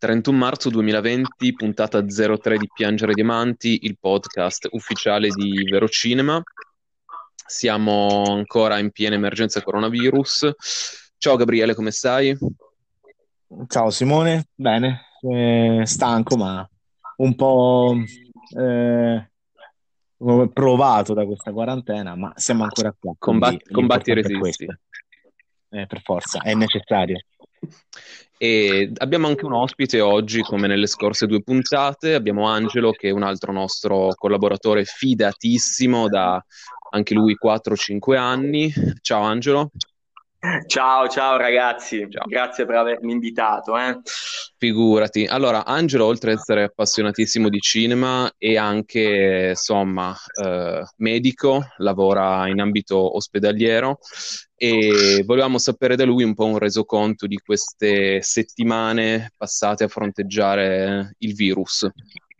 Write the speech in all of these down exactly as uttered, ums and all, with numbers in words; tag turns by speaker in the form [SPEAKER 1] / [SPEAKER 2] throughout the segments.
[SPEAKER 1] trentuno marzo duemilaventi, puntata zero tre di Piangere Diamanti, il podcast ufficiale di Verocinema. Siamo ancora in piena emergenza coronavirus. Ciao Gabriele, come stai?
[SPEAKER 2] Ciao Simone, bene, eh, stanco ma un po' eh, provato da questa quarantena, ma siamo ancora qua, quindi
[SPEAKER 1] Combat- combatti e
[SPEAKER 2] l'importante è
[SPEAKER 1] resisti.
[SPEAKER 2] questo. Eh, per forza, è necessario.
[SPEAKER 1] E abbiamo anche un ospite oggi, come nelle scorse due puntate. Abbiamo Angelo, che è un altro nostro collaboratore fidatissimo da anche lui quattro cinque anni. Ciao Angelo.
[SPEAKER 3] Ciao, ciao ragazzi,
[SPEAKER 1] Ciao.
[SPEAKER 3] grazie per avermi invitato, eh.
[SPEAKER 1] Figurati. Allora, Angelo, oltre ad essere appassionatissimo di cinema, è anche, insomma, eh, medico, lavora in ambito ospedaliero e volevamo sapere da lui un po' un resoconto di queste settimane passate a fronteggiare il virus.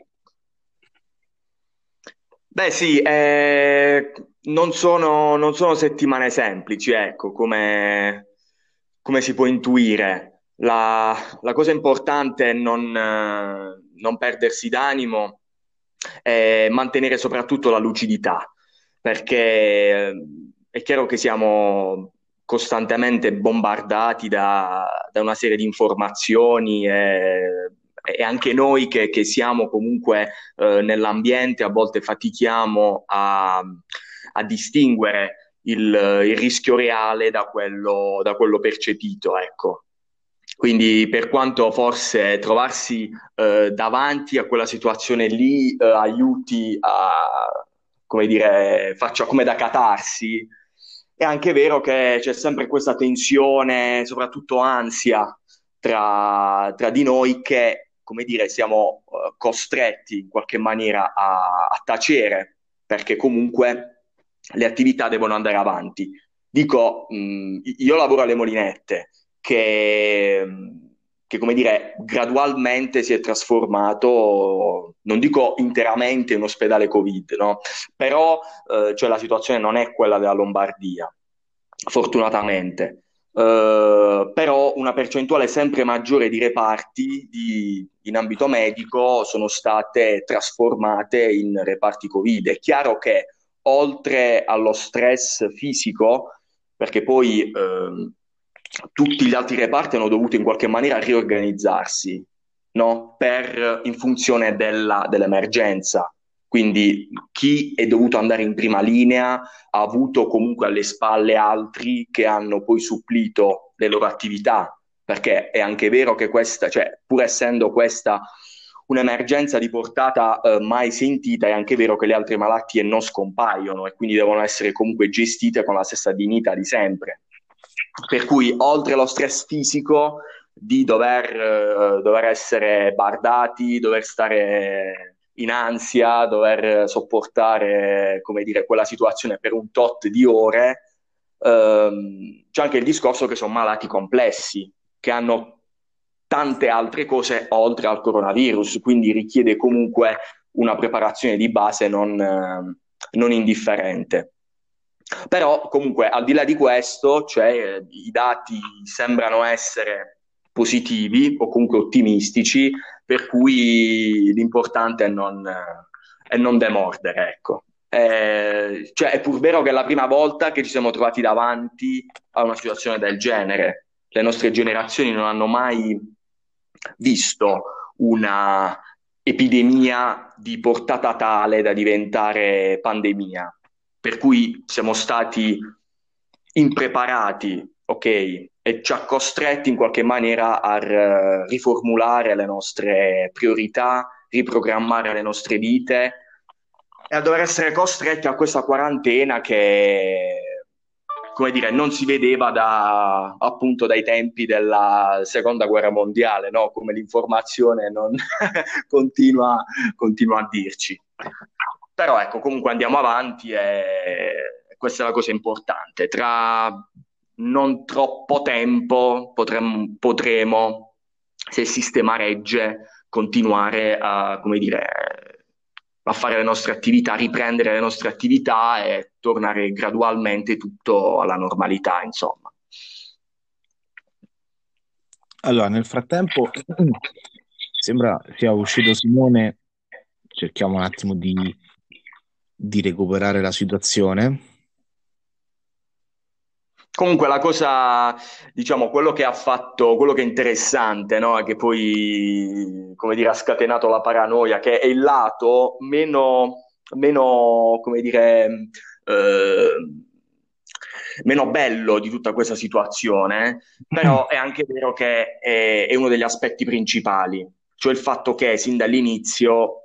[SPEAKER 3] Beh sì, eh, non sono, non sono settimane semplici, ecco, come, come si può intuire. La, la cosa importante è non, eh, non perdersi d'animo e mantenere soprattutto la lucidità, perché eh, è chiaro che siamo costantemente bombardati da, da una serie di informazioni e, e anche noi che, che siamo comunque eh, nell'ambiente a volte fatichiamo a, a distinguere il, il rischio reale da quello, da quello percepito, ecco. Quindi per quanto forse trovarsi eh, davanti a quella situazione lì eh, aiuti a, come dire, faccia come da catarsi, è anche vero che c'è sempre questa tensione, soprattutto ansia tra, tra di noi che, come dire, siamo eh, costretti in qualche maniera a, a tacere, perché comunque le attività devono andare avanti. Dico, mh, io lavoro alle Molinette, che, che, come dire, gradualmente si è trasformato, non dico interamente in ospedale Covid, no? Però eh, cioè la situazione non è quella della Lombardia, fortunatamente. Uh, però una percentuale sempre maggiore di reparti di, in ambito medico sono state trasformate in reparti Covid. È chiaro che oltre allo stress fisico, perché poi ehm, tutti gli altri reparti hanno dovuto in qualche maniera riorganizzarsi, no? Per, in funzione della, dell'emergenza. Quindi chi è dovuto andare in prima linea ha avuto comunque alle spalle altri che hanno poi supplito le loro attività, perché è anche vero che questa, cioè, pur essendo questa un'emergenza di portata eh, mai sentita, è anche vero che le altre malattie non scompaiono e quindi devono essere comunque gestite con la stessa dignità di sempre. Per cui, oltre allo stress fisico di dover, eh, dover essere bardati, dover stare in ansia, dover sopportare, come dire, quella situazione per un tot di ore, ehm, c'è anche il discorso che sono malati complessi, che hanno tante altre cose oltre al coronavirus, quindi richiede comunque una preparazione di base non, eh, non indifferente. Però comunque al di là di questo, cioè, i dati sembrano essere positivi o comunque ottimistici, per cui l'importante è non, è non demordere, ecco. Eh, cioè, è pur vero che è la prima volta che ci siamo trovati davanti a una situazione del genere. Le nostre generazioni non hanno mai visto una epidemia di portata tale da diventare pandemia, per cui siamo stati impreparati, ok, e ci ha costretti in qualche maniera a r- riformulare le nostre priorità, riprogrammare le nostre vite e a dover essere costretti a questa quarantena che, come dire, non si vedeva da, appunto dai tempi della seconda guerra mondiale, no? Come l'informazione non continua, continua a dirci. Però ecco, comunque andiamo avanti e questa è la cosa importante. Tra non troppo tempo potremmo, potremo, se il sistema regge, continuare a, come dire, a fare le nostre attività, riprendere le nostre attività e tornare gradualmente tutto alla normalità, insomma.
[SPEAKER 2] Allora, nel frattempo Sembra sia uscito Simone, cerchiamo un attimo di, di recuperare la situazione.
[SPEAKER 3] Comunque la cosa, diciamo, quello che ha fatto, quello che è interessante, no? È che poi, come dire, ha scatenato la paranoia, che è il lato meno, meno, come dire, eh, meno bello di tutta questa situazione, però è anche vero che è, è uno degli aspetti principali, cioè il fatto che sin dall'inizio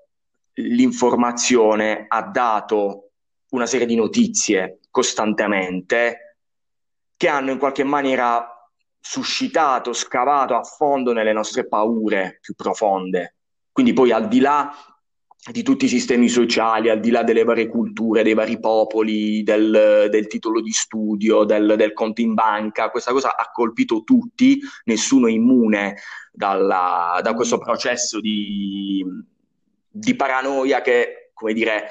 [SPEAKER 3] l'informazione ha dato una serie di notizie costantemente che hanno in qualche maniera suscitato, scavato a fondo nelle nostre paure più profonde. Quindi poi al di là di tutti i sistemi sociali, al di là delle varie culture, dei vari popoli, del, del titolo di studio, del, del conto in banca, questa cosa ha colpito tutti, nessuno è immune dalla, da questo processo di, di paranoia che, come dire,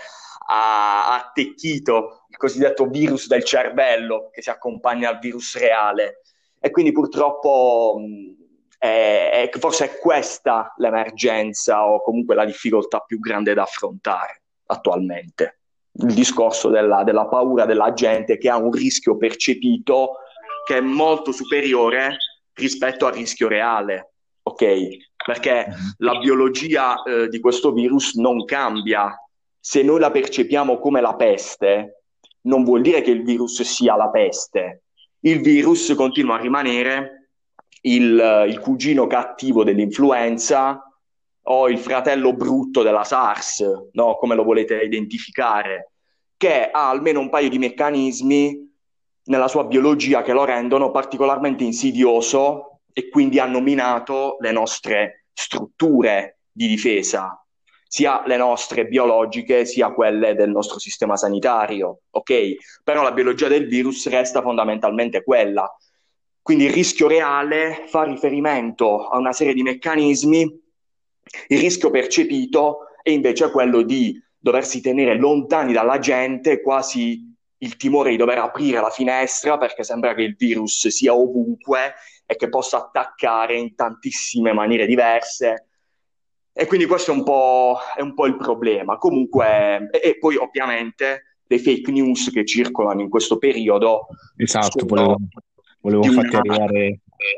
[SPEAKER 3] ha attecchito il cosiddetto virus del cervello che si accompagna al virus reale. E quindi purtroppo mh, è, è, forse è questa l'emergenza o comunque la difficoltà più grande da affrontare attualmente. Il discorso della, della paura della gente che ha un rischio percepito che è molto superiore rispetto al rischio reale, ok? Perché la biologia eh, di questo virus non cambia. Se noi la percepiamo come la peste, non vuol dire che il virus sia la peste. Il virus continua a rimanere il, il cugino cattivo dell'influenza o il fratello brutto della SARS, no? Come lo volete identificare, che ha almeno un paio di meccanismi nella sua biologia che lo rendono particolarmente insidioso e quindi hanno minato le nostre strutture di difesa, sia le nostre biologiche sia quelle del nostro sistema sanitario, ok? Però la biologia del virus resta fondamentalmente quella. Quindi il rischio reale fa riferimento a una serie di meccanismi, il rischio percepito è invece quello di doversi tenere lontani dalla gente, quasi il timore di dover aprire la finestra perché sembra che il virus sia ovunque e che possa attaccare in tantissime maniere diverse. E quindi questo è un po', è un po' il problema. Comunque, e, e poi ovviamente le fake news che circolano in questo periodo
[SPEAKER 2] Esatto,
[SPEAKER 3] sono
[SPEAKER 2] volevo, volevo
[SPEAKER 3] di
[SPEAKER 2] infatti
[SPEAKER 3] una...
[SPEAKER 2] arrivare,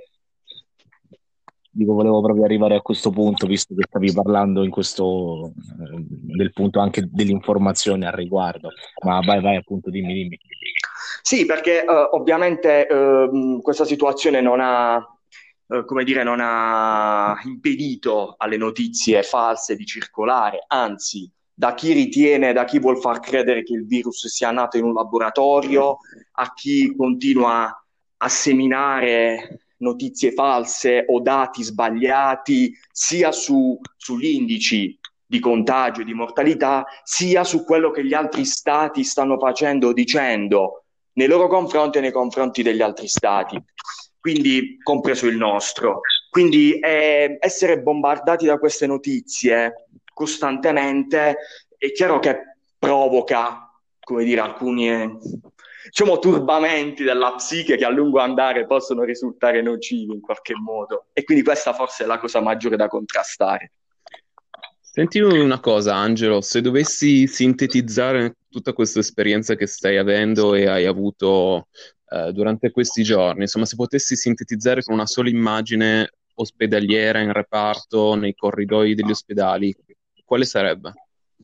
[SPEAKER 2] dico, volevo proprio arrivare a questo punto, visto che stavi parlando in questo, eh, del punto anche dell'informazione al riguardo. Ma vai, vai, appunto, dimmi, dimmi.
[SPEAKER 3] Sì, perché eh, ovviamente ehm, questa situazione non ha, eh, come dire, non ha impedito alle notizie false di circolare, anzi, da chi ritiene, da chi vuol far credere che il virus sia nato in un laboratorio, a chi continua a seminare notizie false o dati sbagliati, sia su, sugli indici di contagio e di mortalità, sia su quello che gli altri stati stanno facendo o dicendo nei loro confronti e nei confronti degli altri stati, quindi compreso il nostro. Quindi eh, essere bombardati da queste notizie costantemente è chiaro che provoca, come dire, alcuni eh, diciamo turbamenti della psiche che a lungo andare possono risultare nocivi in qualche modo, e quindi questa forse è la cosa maggiore da contrastare.
[SPEAKER 1] Senti una cosa, Angelo, se dovessi sintetizzare tutta questa esperienza che stai avendo e hai avuto eh, durante questi giorni, insomma, se potessi sintetizzare con una sola immagine ospedaliera in reparto, nei corridoi degli ospedali, quale sarebbe?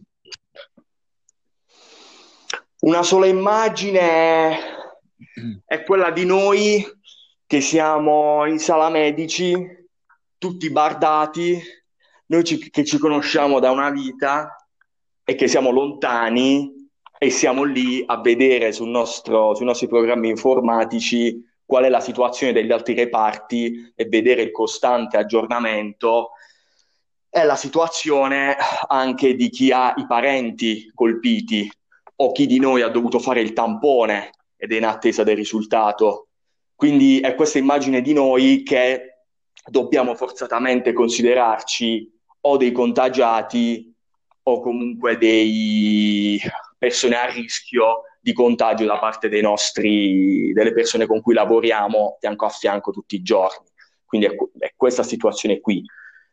[SPEAKER 3] Una sola immagine è quella di noi che siamo in sala medici, tutti bardati, noi ci, che ci conosciamo da una vita e che siamo lontani e siamo lì a vedere sul nostro, sui nostri programmi informatici qual è la situazione degli altri reparti e vedere il costante aggiornamento e la situazione anche di chi ha i parenti colpiti o chi di noi ha dovuto fare il tampone ed è in attesa del risultato. Quindi è questa immagine di noi che dobbiamo forzatamente considerarci o dei contagiati o comunque dei persone a rischio di contagio da parte dei nostri, delle persone con cui lavoriamo fianco a fianco tutti i giorni. Quindi è, è questa situazione qui.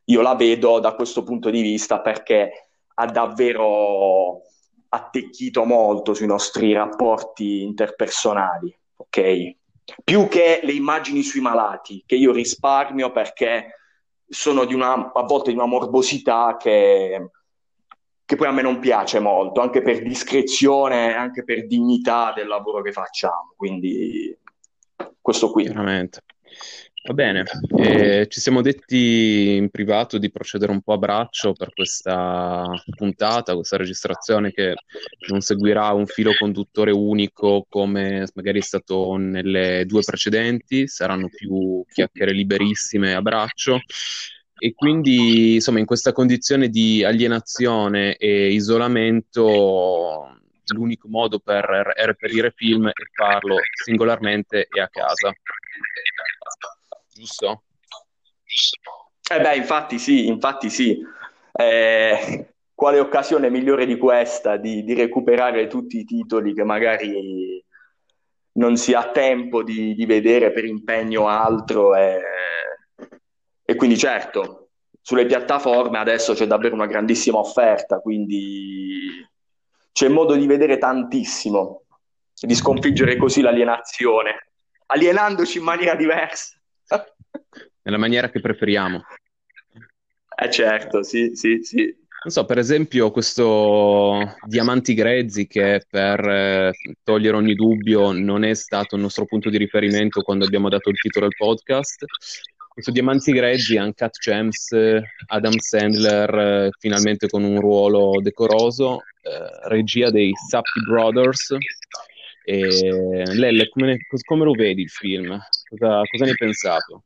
[SPEAKER 3] io la vedo da questo punto di vista perché ha davvero attecchito molto sui nostri rapporti interpersonali, ok? Più che le immagini sui malati, che io risparmio perché sono di una, a volte di una morbosità che, che poi a me non piace molto, anche per discrezione, anche per dignità del lavoro che facciamo. Quindi questo qui.
[SPEAKER 1] Chiaramente. Va bene, eh, ci siamo detti in privato di procedere un po' a braccio per questa puntata, questa registrazione che non seguirà un filo conduttore unico come magari è stato nelle due precedenti, saranno più chiacchiere liberissime a braccio. E quindi, insomma, in questa condizione di alienazione e isolamento, l'unico modo per reperire film è farlo singolarmente e a casa. Giusto?
[SPEAKER 3] Eh beh, infatti sì, infatti sì. Eh, quale occasione migliore di questa di, di recuperare tutti i titoli che magari non si ha tempo di, di vedere per impegno o altro e, e quindi certo, sulle piattaforme adesso c'è davvero una grandissima offerta, quindi c'è modo di vedere tantissimo, di sconfiggere così l'alienazione, alienandoci in maniera diversa.
[SPEAKER 1] Nella maniera che preferiamo.
[SPEAKER 3] Eh certo, sì, sì, sì.
[SPEAKER 1] Non so, per esempio, questo Diamanti Grezzi, che per eh, togliere ogni dubbio non è stato il nostro punto di riferimento quando abbiamo dato il titolo al podcast. Questo Diamanti Grezzi, Uncut Gems, eh, Adam Sandler, eh, finalmente con un ruolo decoroso, eh, regia dei Safdie Brothers. E, Lelle, come, ne- cos- come lo vedi il film? Cosa, cosa ne hai pensato?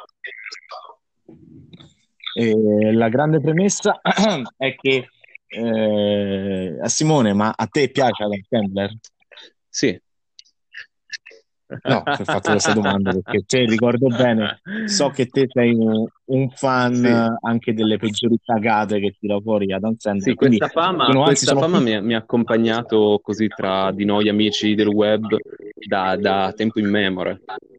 [SPEAKER 2] Eh, la grande premessa è che eh, a Simone, ma a te piace Adam Sandler?
[SPEAKER 1] Sì.
[SPEAKER 2] No, ti ho fatto questa domanda perché te ricordo bene, so che te sei un, un fan
[SPEAKER 1] Sì.
[SPEAKER 2] anche delle peggiori cagate che tira fuori Adam Sandler.
[SPEAKER 1] Sì,
[SPEAKER 2] quindi
[SPEAKER 1] questa fama,
[SPEAKER 2] sono, anzi,
[SPEAKER 1] questa
[SPEAKER 2] sono
[SPEAKER 1] fama
[SPEAKER 2] più-
[SPEAKER 1] mi, mi ha accompagnato così tra di noi amici del web da, da tempo immemore.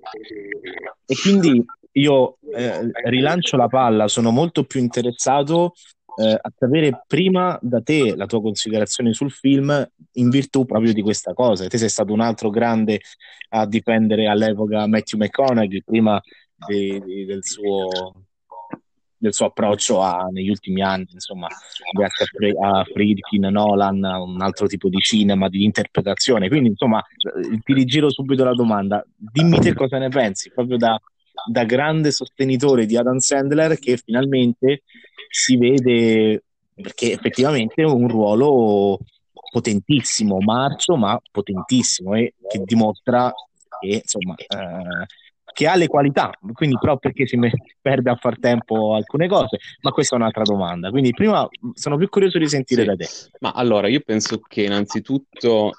[SPEAKER 2] E quindi io eh, rilancio la palla, sono molto più interessato eh, a sapere prima da te la tua considerazione sul film in virtù proprio di questa cosa. Te sei stato un altro grande a difendere all'epoca Matthew McConaughey prima de- de- del suo, del suo approccio a- negli ultimi anni, insomma, grazie a, Fre- a Friedkin, Nolan, a un altro tipo di cinema, di interpretazione. Quindi, insomma, eh, ti rigiro subito la domanda. Dimmi te cosa ne pensi, proprio da, da grande sostenitore di Adam Sandler che finalmente si vede, perché effettivamente è un ruolo potentissimo, marcio ma potentissimo e che dimostra che, insomma, eh, che ha le qualità, quindi però perché si me- perde a far tempo alcune cose, ma questa è un'altra domanda. Quindi prima sono più curioso di sentire
[SPEAKER 1] Sì,
[SPEAKER 2] da te.
[SPEAKER 1] ma allora io penso che innanzitutto,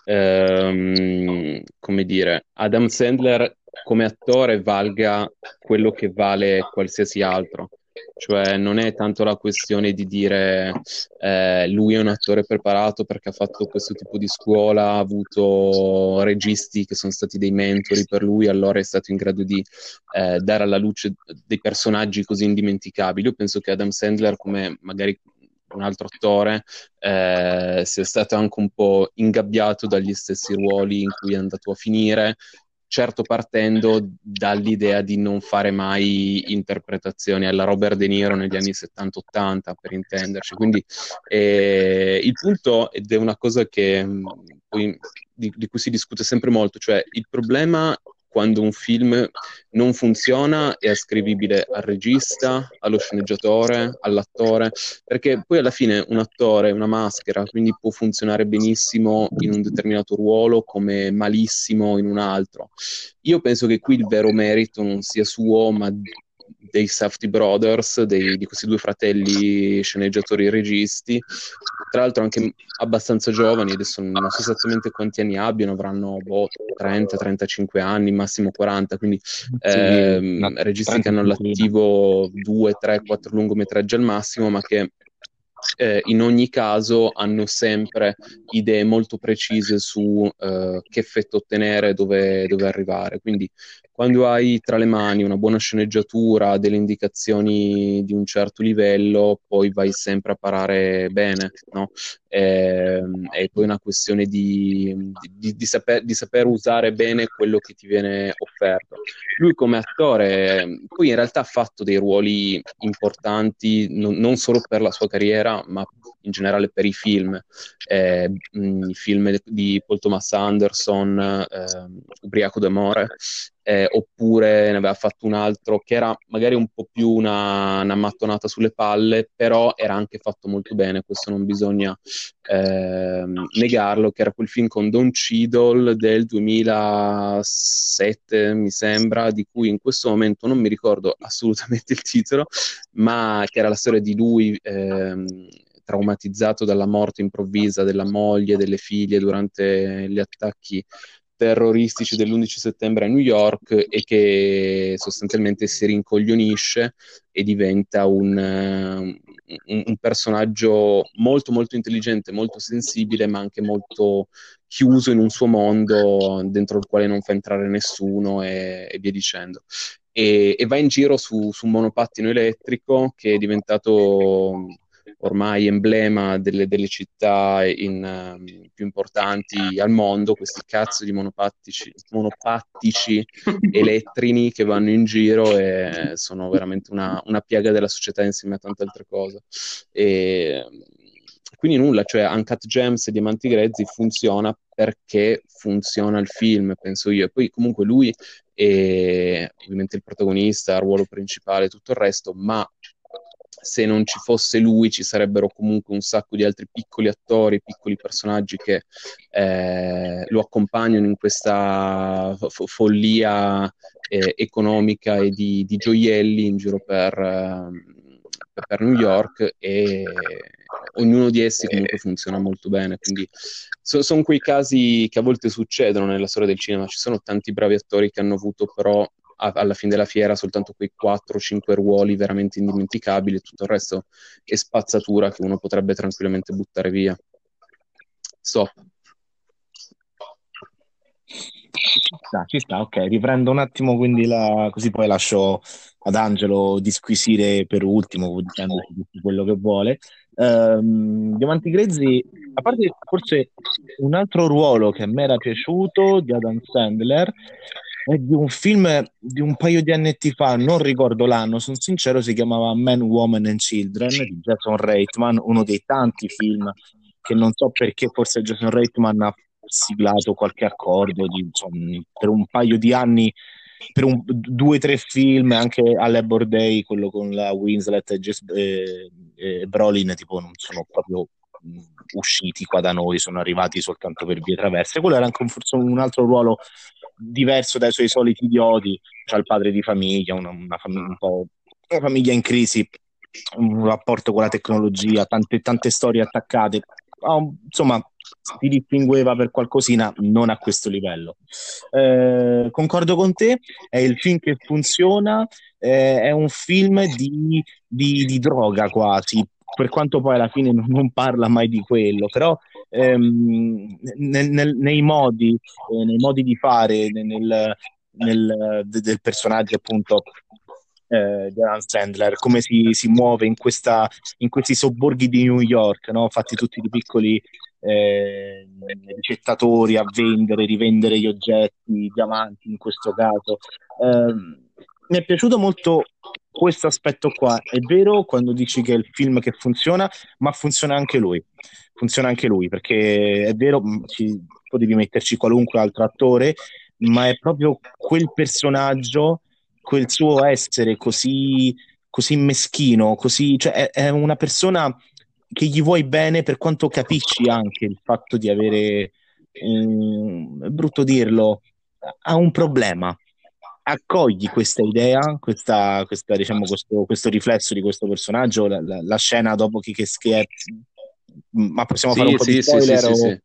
[SPEAKER 1] ehm, come dire, Adam Sandler come attore valga quello che vale qualsiasi altro. Cioè non è tanto la questione di dire eh, lui è un attore preparato perché ha fatto questo tipo di scuola, ha avuto registi che sono stati dei mentori per lui, allora è stato in grado di eh, dare alla luce dei personaggi così indimenticabili. Io penso che Adam Sandler, come magari un altro attore, eh, sia stato anche un po' ingabbiato dagli stessi ruoli in cui è andato a finire, certo partendo dall'idea di non fare mai interpretazioni alla Robert De Niro negli anni settanta ottanta, per intenderci. Quindi eh, il punto, ed è una cosa che mh, poi, di, di cui si discute sempre molto, cioè il problema quando un film non funziona è ascrivibile al regista, allo sceneggiatore, all'attore, perché poi alla fine un attore è una maschera, quindi può funzionare benissimo in un determinato ruolo come malissimo in un altro. Io penso che qui il vero merito non sia suo, ma dei Safdie Brothers, dei, di questi due fratelli sceneggiatori e registi, tra l'altro anche abbastanza giovani, adesso non so esattamente quanti anni abbiano, avranno boh, trenta trentacinque anni, massimo quaranta, quindi ehm,
[SPEAKER 2] Sì,
[SPEAKER 1] registi che hanno all'attivo due, tre, quattro lungometraggi al massimo, ma che eh, in ogni caso hanno sempre idee molto precise su eh, che effetto ottenere, dove, dove arrivare. Quindi quando hai tra le mani una buona sceneggiatura, delle indicazioni di un certo livello, poi vai sempre a parare bene, no? E, è poi una questione di, di, di, saper, di saper usare bene quello che ti viene offerto. Lui come attore, poi in realtà ha fatto dei ruoli importanti, non, non solo per la sua carriera, ma in generale per i film. Eh, i film di Paul Thomas Anderson, eh, Ubriaco d'amore, eh, oppure ne aveva fatto un altro che era magari un po' più una, una mattonata sulle palle, però era anche fatto molto bene, questo non bisogna eh, negarlo, che era quel film con Don Cheadle del duemilasette, mi sembra, di cui in questo momento non mi ricordo assolutamente il titolo, ma che era la storia di lui ehm, traumatizzato dalla morte improvvisa della moglie e delle figlie durante gli attacchi terroristici dell'undici settembre a New York, e che sostanzialmente si rincoglionisce e diventa un, un, un personaggio molto molto intelligente, molto sensibile, ma anche molto chiuso in un suo mondo dentro il quale non fa entrare nessuno, e, e via dicendo. E, e va in giro su, su un monopattino elettrico che è diventato ormai emblema delle, delle città in, um, più importanti al mondo, questi cazzo di monopattici, monopattici elettrini che vanno in giro e sono veramente una, una piaga della società insieme a tante altre cose. E quindi nulla, cioè Uncut Gems e Diamanti Grezzi funziona perché funziona il film, penso io. E poi comunque lui è ovviamente il protagonista, il ruolo principale, tutto il resto, ma se non ci fosse lui ci sarebbero comunque un sacco di altri piccoli attori, piccoli personaggi che eh, lo accompagnano in questa fo- follia eh, economica e di, di gioielli in giro per, eh, per New York, e ognuno di essi comunque funziona molto bene, quindi so, sono quei casi che a volte succedono nella storia del cinema. Ci sono tanti bravi attori che hanno avuto però alla fine della fiera soltanto quei quattro cinque ruoli veramente indimenticabili, e tutto il resto è spazzatura che uno potrebbe tranquillamente buttare via. So.
[SPEAKER 2] Ci sta, ci sta, ok, riprendo un attimo quindi la... così poi lascio ad Angelo disquisire per ultimo, dicendoci tutto quello che vuole. Ehm, Diamanti Grezzi, a parte forse un altro ruolo che a me era piaciuto di Adam Sandler, è di un film di un paio di annetti fa, non ricordo l'anno, sono sincero, si chiamava Man, Woman and Children di Jason Reitman, uno dei tanti film che non so perché forse Jason Reitman ha siglato qualche accordo di, insomma, per un paio di anni, per un, due o tre film, anche a Labor Day, quello con la Winslet e, Jess, e, e Brolin, tipo non sono proprio mh, usciti qua da noi, sono arrivati soltanto per vie traverse. Quello era anche un, forse un altro ruolo diverso dai suoi soliti idioti, cioè il padre di famiglia, una, una famiglia un po' una famiglia in crisi, un rapporto con la tecnologia, tante, tante storie attaccate. Oh, insomma, si distingueva per qualcosina, non a questo livello. Eh, concordo con te, è il film che funziona, eh, è un film di, di, di droga quasi, per quanto poi alla fine non, non parla mai di quello, però ehm, nel, nel, nei modi, eh, nei modi di fare, nel, nel, de, del personaggio appunto eh, di Adam Sandler, come si, si muove in, questa, in questi sobborghi di New York, no? Fatti tutti di piccoli eh, ricettatori a vendere, rivendere gli oggetti, i diamanti in questo caso. Eh, mi è piaciuto molto questo aspetto qua. È vero quando dici che è il film che funziona, ma funziona anche lui. Funziona anche lui, perché è vero, ci, potevi metterci qualunque altro attore, ma è proprio quel personaggio, quel suo essere così, così meschino, così, cioè è, è una persona che gli vuoi bene, per quanto capisci anche il fatto di avere, ehm, è brutto dirlo, ha un problema. Accogli questa idea, questa, questa, diciamo, questo, questo riflesso di questo personaggio, la, la, la scena dopo chi che, che è... Ma possiamo fare un
[SPEAKER 1] Sì,
[SPEAKER 2] po' di
[SPEAKER 1] sì, sì,
[SPEAKER 2] spoiler?
[SPEAKER 1] sì, sì,
[SPEAKER 2] o...
[SPEAKER 1] sì.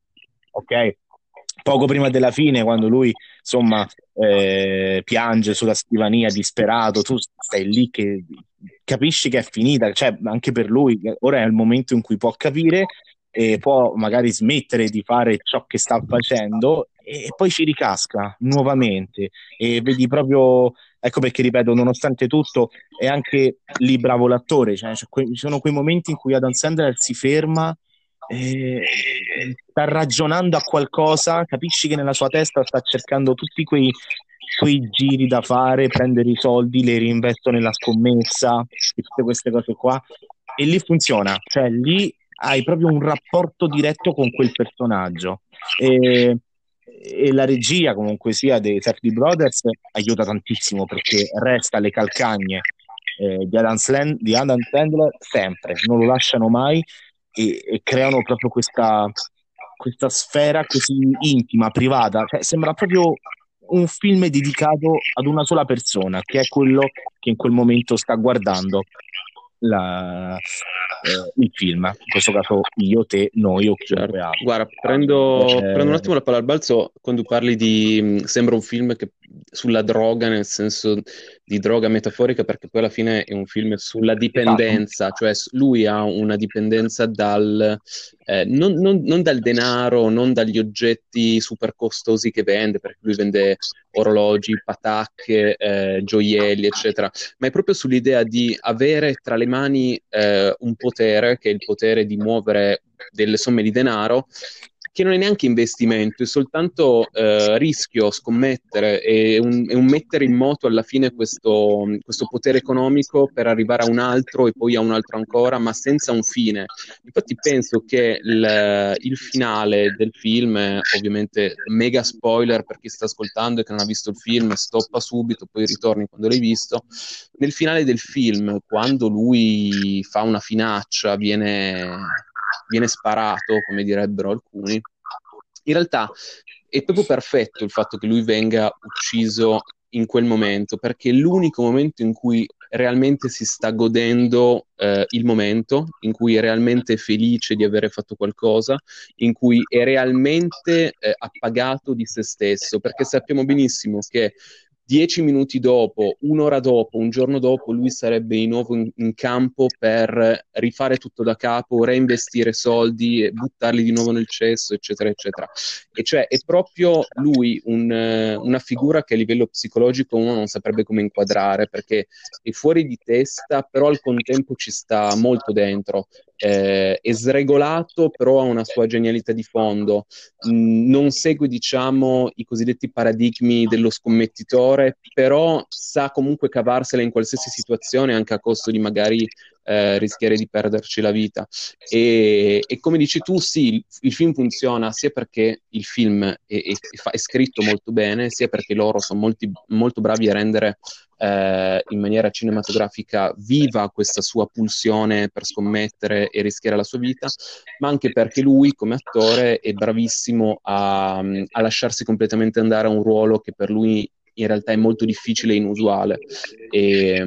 [SPEAKER 2] Ok, poco prima della fine, quando lui insomma eh, piange sulla scrivania disperato, tu stai lì che capisci che è finita, cioè anche per lui ora è il momento in cui può capire, e può magari smettere di fare ciò che sta facendo e poi ci ricasca nuovamente e vedi proprio, ecco perché ripeto, nonostante tutto è anche lì bravo l'attore, cioè, c'è que- ci sono quei momenti in cui Adam Sandler si ferma e sta ragionando a qualcosa, capisci che nella sua testa sta cercando tutti quei, quei giri da fare, prendere i soldi, li reinvesto nella scommessa e tutte queste cose qua e lì funziona, cioè lì hai proprio un rapporto diretto con quel personaggio e, e la regia comunque sia dei Safdie Brothers aiuta tantissimo perché resta alle calcagne eh, di Adam Slan- di Adam Sandler sempre, non lo lasciano mai e, e creano proprio questa, questa sfera così intima, privata, cioè, sembra proprio un film dedicato ad una sola persona, che è quello che in quel momento sta guardando la- eh, il film, in questo caso io, te, noi o chiunque
[SPEAKER 1] Certo.
[SPEAKER 2] altro.
[SPEAKER 1] Guarda, prendo, prendo un
[SPEAKER 2] Eh,
[SPEAKER 1] attimo la palla al balzo quando parli di... mh, sembra un film che- sulla droga, nel senso di droga metaforica, perché poi alla fine è un film sulla
[SPEAKER 2] esatto,
[SPEAKER 1] dipendenza, cioè s- lui ha una dipendenza dal... eh, non, non- non dal denaro, non dagli oggetti super costosi che vende, perché lui vende orologi, patacche, eh, gioielli, eccetera, ma è proprio sull'idea di avere tra le mani eh, un potere, che è il potere di muovere delle somme di denaro, che non è neanche investimento, è soltanto eh, rischio, scommettere, è un, è un mettere in moto alla fine questo, questo potere economico per arrivare a un altro e poi a un altro ancora, ma senza un fine. Infatti penso che il, il finale del film, eh, ovviamente mega spoiler per chi sta ascoltando e che non ha visto il film, stoppa subito, poi ritorni quando l'hai visto. Nel finale del film, quando lui fa una finaccia, viene, viene sparato, come direbbero alcuni, in realtà è proprio perfetto il fatto che lui venga ucciso in quel momento, perché è l'unico momento in cui realmente si sta godendo eh, il momento, in cui è realmente felice di avere fatto qualcosa, in cui è realmente eh, appagato di se stesso, perché sappiamo benissimo che dieci minuti dopo, un'ora dopo, un giorno dopo, lui sarebbe di nuovo in, in campo per rifare tutto da capo, reinvestire soldi, e buttarli di nuovo nel cesso, eccetera, eccetera. E cioè è proprio lui un, eh, una figura che a livello psicologico uno non saprebbe come inquadrare, perché è fuori di testa, però al contempo ci sta molto dentro. Eh, è sregolato, però ha una sua genialità di fondo. Mh, non segue, diciamo, i cosiddetti paradigmi dello scommettitore, però sa comunque cavarsela in qualsiasi situazione, anche a costo di magari eh, rischiare di perderci la vita. E, e come dici tu, sì, il, il film funziona sia perché il film è, è- è fa- è scritto molto bene, sia perché loro sono molti- molto bravi a rendere eh, in maniera cinematografica viva questa sua pulsione per scommettere e rischiare la sua vita, ma anche perché lui come attore è bravissimo a, a lasciarsi completamente andare a un ruolo che per lui in realtà è molto difficile e inusuale. E,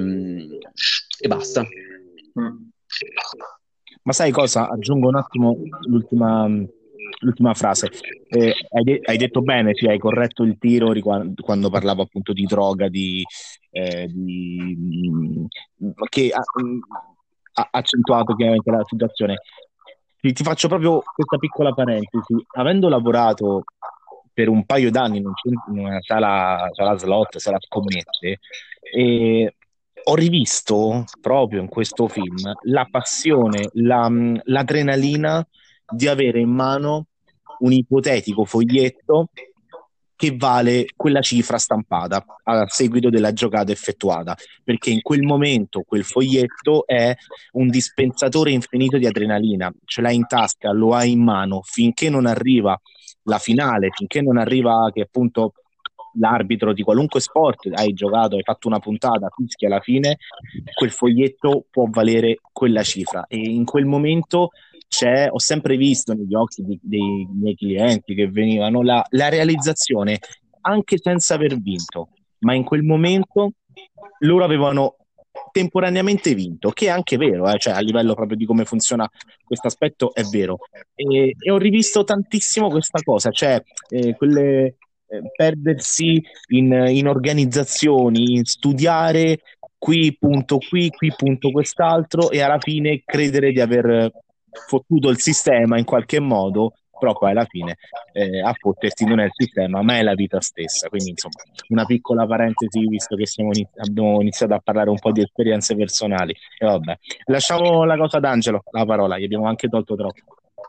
[SPEAKER 1] e basta.
[SPEAKER 3] Mm.
[SPEAKER 2] ma sai cosa? Aggiungo un attimo l'ultima, l'ultima frase. Eh, hai, de- hai detto bene, sì, hai corretto il tiro riqua- quando parlavo appunto di droga, di, eh, di- mh, che ha, mh, ha accentuato chiaramente la situazione. Ti, ti faccio proprio questa piccola parentesi. Avendo lavorato per un paio d'anni in, un cent- in una sala, sala slot, sala scommesse, e ho rivisto proprio in questo film la passione, la- l'adrenalina di avere in mano un ipotetico foglietto che vale quella cifra stampata a seguito della giocata effettuata, perché in quel momento quel foglietto è un dispensatore infinito di adrenalina, ce l'hai in tasca, lo hai in mano finché non arriva la finale, finché non arriva che appunto l'arbitro di qualunque sport hai giocato, hai fatto una puntata, fischi alla fine, quel foglietto può valere quella cifra e in quel momento c'è, ho sempre visto negli occhi di- dei miei clienti che venivano la, la realizzazione anche senza aver vinto, ma in quel momento loro avevano temporaneamente vinto, che è anche vero, eh, cioè a livello proprio di come funziona questo aspetto è vero. E, e ho rivisto tantissimo questa cosa, cioè eh, quelle, eh, perdersi in, in organizzazioni, in studiare qui punto qui, qui punto quest'altro e alla fine credere di aver fottuto il sistema in qualche modo, però poi alla fine eh, a fottersi non è il sistema, ma è la vita stessa. Quindi, insomma, una piccola parentesi, visto che siamo iniz- abbiamo iniziato a parlare un po' di esperienze personali. E vabbè, lasciamo la cosa ad Angelo, la parola, gli abbiamo anche tolto troppo.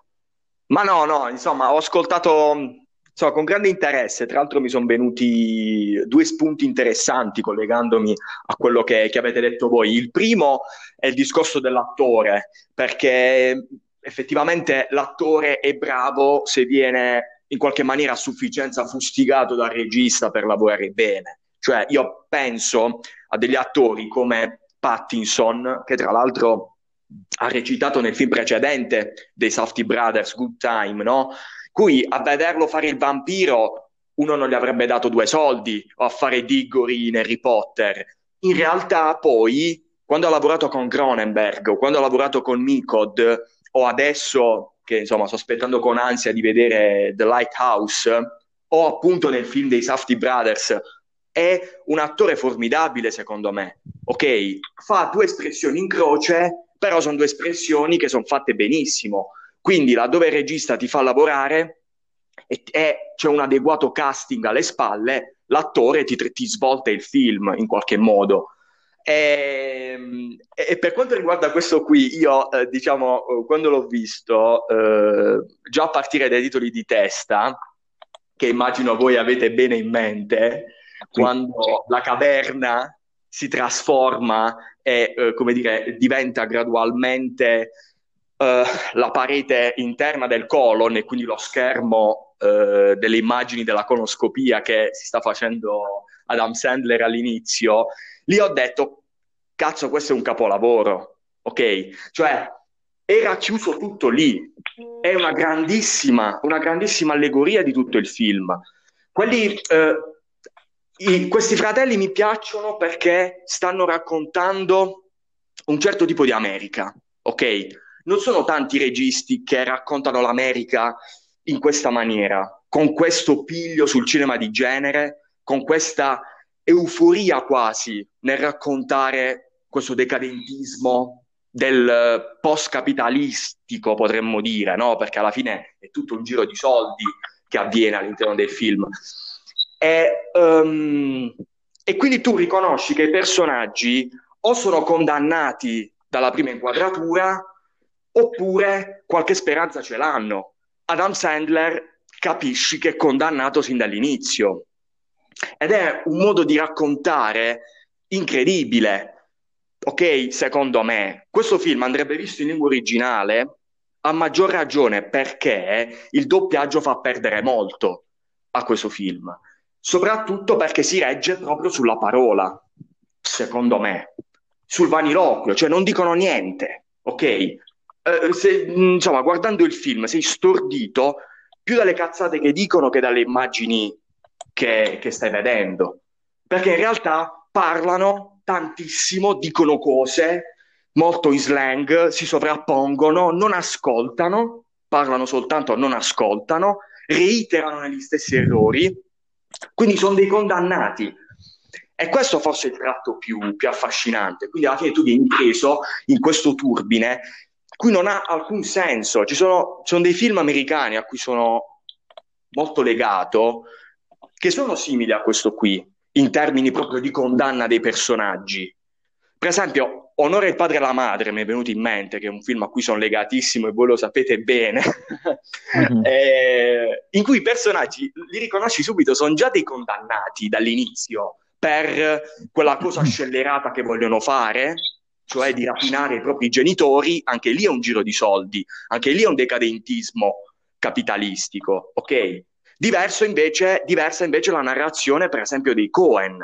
[SPEAKER 3] Ma no, no, insomma, ho ascoltato insomma, con grande interesse. Tra l'altro mi sono venuti due spunti interessanti collegandomi a quello che, che avete detto voi. Il primo è il discorso dell'attore, perché effettivamente l'attore è bravo se viene in qualche maniera a sufficienza fustigato dal regista per lavorare bene. Cioè, io penso a degli attori come Pattinson, che tra l'altro ha recitato nel film precedente dei Safdie Brothers, Good Time, no? Cui a vederlo fare il vampiro uno non gli avrebbe dato due soldi, o a fare Diggory in Harry Potter. In realtà poi, quando ha lavorato con Cronenberg, o quando ha lavorato con Micod, o adesso, che insomma sto aspettando con ansia di vedere The Lighthouse, o appunto nel film dei Safdie Brothers, è un attore formidabile secondo me. Ok, fa due espressioni in croce, però sono due espressioni che sono fatte benissimo. Quindi laddove il regista ti fa lavorare e, e c'è un adeguato casting alle spalle, l'attore ti, ti svolta il film in qualche modo. E, e per quanto riguarda questo qui, io eh, diciamo, quando l'ho visto, eh, già a partire dai titoli di testa, che immagino voi avete bene in mente, quando la caverna si trasforma e, eh, come dire, diventa gradualmente eh, la parete interna del colon e quindi lo schermo eh, delle immagini della colonoscopia che si sta facendo Adam Sandler all'inizio, lì ho detto, cazzo, questo è un capolavoro, ok? Cioè, era chiuso tutto lì, è una grandissima, una grandissima allegoria di tutto il film. Quelli... Eh, I, questi fratelli mi piacciono perché stanno raccontando un certo tipo di America, ok? Non sono tanti registi che raccontano l'America in questa maniera, con questo piglio sul cinema di genere, con questa euforia quasi nel raccontare questo decadentismo del post-capitalistico, potremmo dire, no? Perché alla fine è tutto un giro di soldi che avviene all'interno del film. E, um, e quindi tu riconosci che i personaggi o sono condannati dalla prima inquadratura oppure qualche speranza ce l'hanno. Adam Sandler capisci che è condannato sin dall'inizio ed è un modo di raccontare incredibile. Ok, secondo me questo film andrebbe visto in lingua originale, a maggior ragione perché il doppiaggio fa perdere molto a questo film. Soprattutto perché si regge proprio sulla parola, secondo me, sul vaniloquio, cioè non dicono niente, ok? Eh, se, insomma, guardando il film sei stordito più dalle cazzate che dicono che dalle immagini che, che stai vedendo, perché in realtà parlano tantissimo, dicono cose molto in slang, si sovrappongono, non ascoltano, parlano soltanto, non ascoltano, reiterano negli stessi errori. Quindi sono dei condannati e questo forse è il tratto più, più affascinante. Quindi alla fine tu vieni preso in questo turbine cui non ha alcun senso. Ci sono, ci sono dei film americani a cui sono molto legato che sono simili a questo qui in termini proprio di condanna dei personaggi. Per esempio Onore il padre e la madre mi è venuto in mente, che è un film a cui sono legatissimo e voi lo sapete bene, mm-hmm. eh, in cui i personaggi, li riconosci subito, sono già dei condannati dall'inizio per quella cosa scellerata che vogliono fare, cioè di rapinare i propri genitori. Anche lì è un giro di soldi, anche lì è un decadentismo capitalistico, ok? Diverso invece, diversa invece la narrazione, per esempio, dei Coen,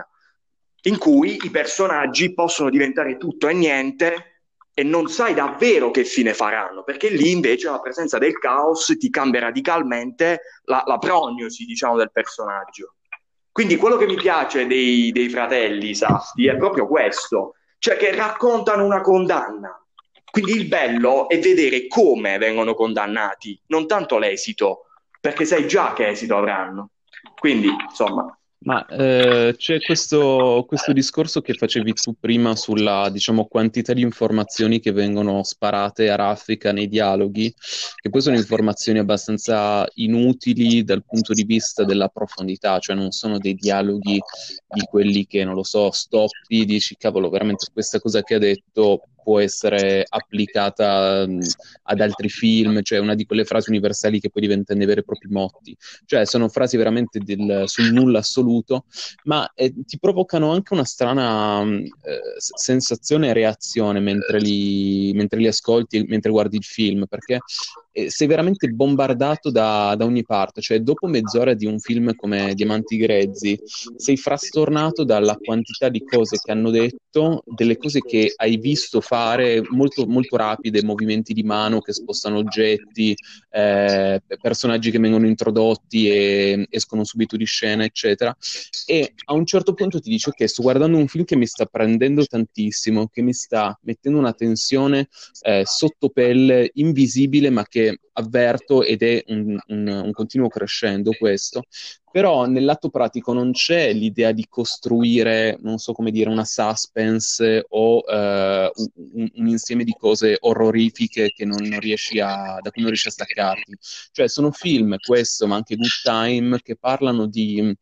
[SPEAKER 3] in cui i personaggi possono diventare tutto e niente e non sai davvero che fine faranno, perché lì invece la presenza del caos ti cambia radicalmente la, la prognosi, diciamo, del personaggio. Quindi quello che mi piace dei, dei fratelli Safdie è proprio questo, cioè che raccontano una condanna. Quindi il bello è vedere come vengono condannati, non tanto l'esito, perché sai già che esito avranno. Quindi, insomma,
[SPEAKER 1] Ma eh, c'è questo, questo discorso che facevi tu prima sulla, diciamo, quantità di informazioni che vengono sparate a raffica nei dialoghi, che poi sono informazioni abbastanza inutili dal punto di vista della profondità, cioè non sono dei dialoghi di quelli che, non lo so, stoppi, dici, cavolo, veramente questa cosa che ha detto può essere applicata mh, ad altri film, cioè una di quelle frasi universali che poi diventano dei veri e propri motti. Cioè sono frasi veramente del- sul nulla assoluto, ma eh, ti provocano anche una strana mh, eh, s- sensazione e reazione mentre li, mentre li ascolti, mentre guardi il film, perché eh, sei veramente bombardato da, da ogni parte, cioè dopo mezz'ora di un film come Diamanti Grezzi sei frastornato dalla quantità di cose che hanno detto, delle cose che hai visto fare molto, molto rapide, movimenti di mano che spostano oggetti, eh, personaggi che vengono introdotti e escono subito di scena, eccetera. E a un certo punto ti dici, ok, sto guardando un film che mi sta prendendo tantissimo, che mi sta mettendo una tensione eh, sotto pelle invisibile, ma che avverto ed è un, un, un continuo crescendo questo. Però nell'atto pratico non c'è l'idea di costruire, non so come dire, una suspense o eh, un, un insieme di cose orrorifiche che non, non riesci a, da cui non riesci a staccarti. Cioè sono film, questo, ma anche Good Time, che parlano di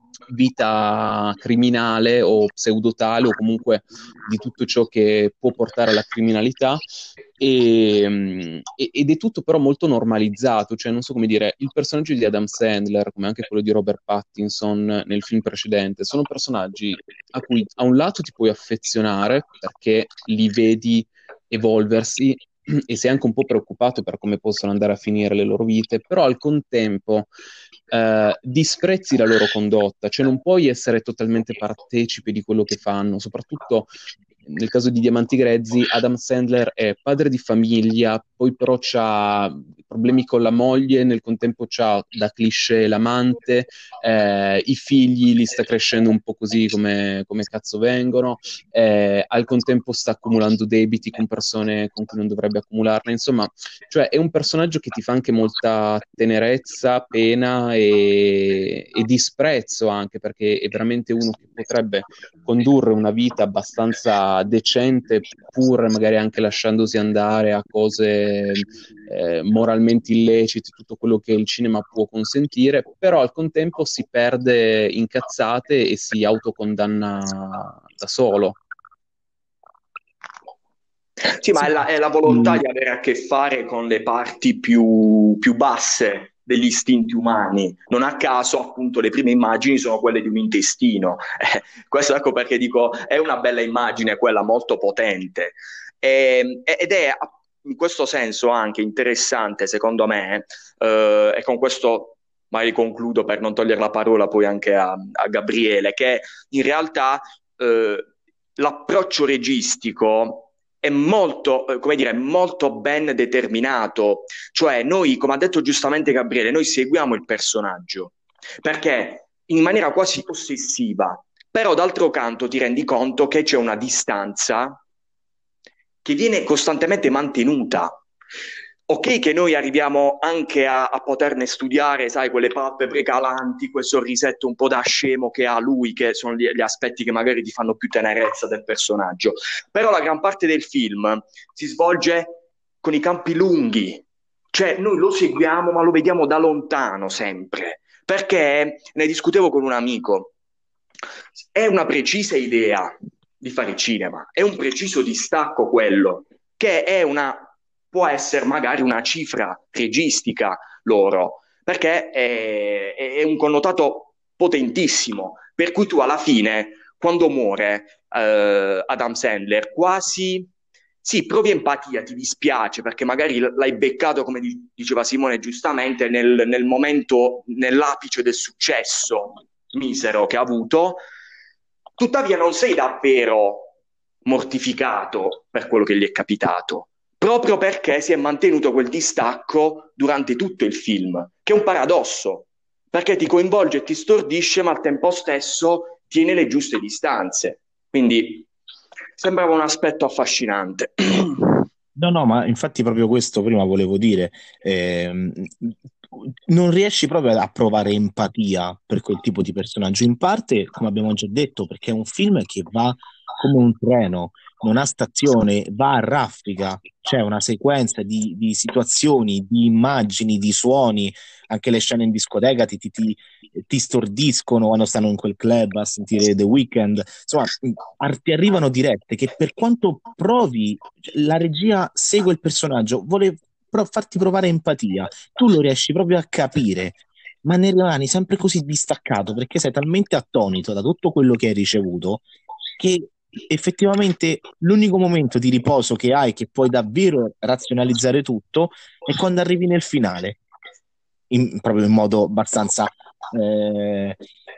[SPEAKER 1] vita criminale o pseudotale o comunque di tutto ciò che può portare alla criminalità e, mm, e- ed è tutto però molto normalizzato, cioè non so come dire, il personaggio di Adam Sandler, come anche quello di Robert Pattinson nel film precedente, sono personaggi a cui a un lato ti puoi affezionare perché li vedi evolversi e sei anche un po' preoccupato per come possono andare a finire le loro vite, però al contempo eh, disprezzi la loro condotta, cioè non puoi essere totalmente partecipe di quello che fanno, soprattutto nel caso di Diamanti Grezzi, Adam Sandler è padre di famiglia, poi però ha problemi con la moglie, nel contempo c'ha da cliché l'amante, eh, i figli li sta crescendo un po' così come, come cazzo vengono, eh, al contempo sta accumulando debiti con persone con cui non dovrebbe accumularne, insomma, cioè è un personaggio che ti fa anche molta tenerezza, pena e, e disprezzo anche, perché è veramente uno che potrebbe condurre una vita abbastanza decente, pur magari anche lasciandosi andare a cose eh, moralmente illecite, tutto quello che il cinema può consentire, però al contempo si perde in cazzate e si autocondanna da solo.
[SPEAKER 3] Sì, ma è la, è la volontà
[SPEAKER 2] Mm,
[SPEAKER 3] di avere a che fare con le parti più, più basse degli istinti umani. Non a caso, appunto, le prime immagini sono quelle di un intestino. Eh, questo ecco perché dico, è una bella immagine, quella molto potente. E- ed è in questo senso anche interessante, secondo me, eh, e con questo magari concludo per non togliere la parola poi anche a, a Gabriele, che in realtà eh, l'approccio registico è molto, eh, come dire, molto ben determinato. Cioè, noi, come ha detto giustamente Gabriele, noi seguiamo il personaggio perché in maniera quasi ossessiva, però d'altro canto ti rendi conto che c'è una distanza che viene costantemente mantenuta. Ok, che noi arriviamo anche a, a poterne studiare, sai, quelle palpebre calanti, quel sorrisetto un po' da scemo che ha lui, che sono gli, gli aspetti che magari ti fanno più tenerezza del personaggio. Però la gran parte del film si svolge con i campi lunghi, cioè noi lo seguiamo ma lo vediamo da lontano sempre, perché ne discutevo con un amico, è una precisa idea di fare cinema, è un preciso distacco quello, che è una, può essere magari una cifra registica loro, perché è, è un connotato potentissimo, per cui tu alla fine, quando muore eh, Adam Sandler, quasi sì, provi empatia, ti dispiace perché magari l'hai beccato, come diceva Simone giustamente, nel, nel momento, nell'apice del successo misero che ha avuto, tuttavia non sei davvero mortificato per quello che gli è capitato, proprio perché si è mantenuto quel distacco durante tutto il film, che è un paradosso, perché ti coinvolge e ti stordisce, ma al tempo stesso tiene le giuste distanze. Quindi sembrava un aspetto affascinante.
[SPEAKER 2] no, no, ma infatti proprio questo prima volevo dire. Ehm, non riesci proprio a provare empatia per quel tipo di personaggio, in parte, come abbiamo già detto, perché è un film che va come un treno, non ha stazione, va a raffica, c'è una sequenza di, di situazioni, di immagini, di suoni, anche le scene in discoteca ti, ti, ti, ti stordiscono quando stanno in quel club a sentire The Weeknd, insomma, ar- ti arrivano dirette che per quanto provi, cioè, la regia segue il personaggio, vuole pro- farti provare empatia, tu lo riesci proprio a capire, ma ne rimani sempre così distaccato perché sei talmente attonito da tutto quello che hai ricevuto che effettivamente l'unico momento di riposo che hai, che puoi davvero razionalizzare tutto, è quando arrivi nel finale, in- proprio in modo abbastanza eh,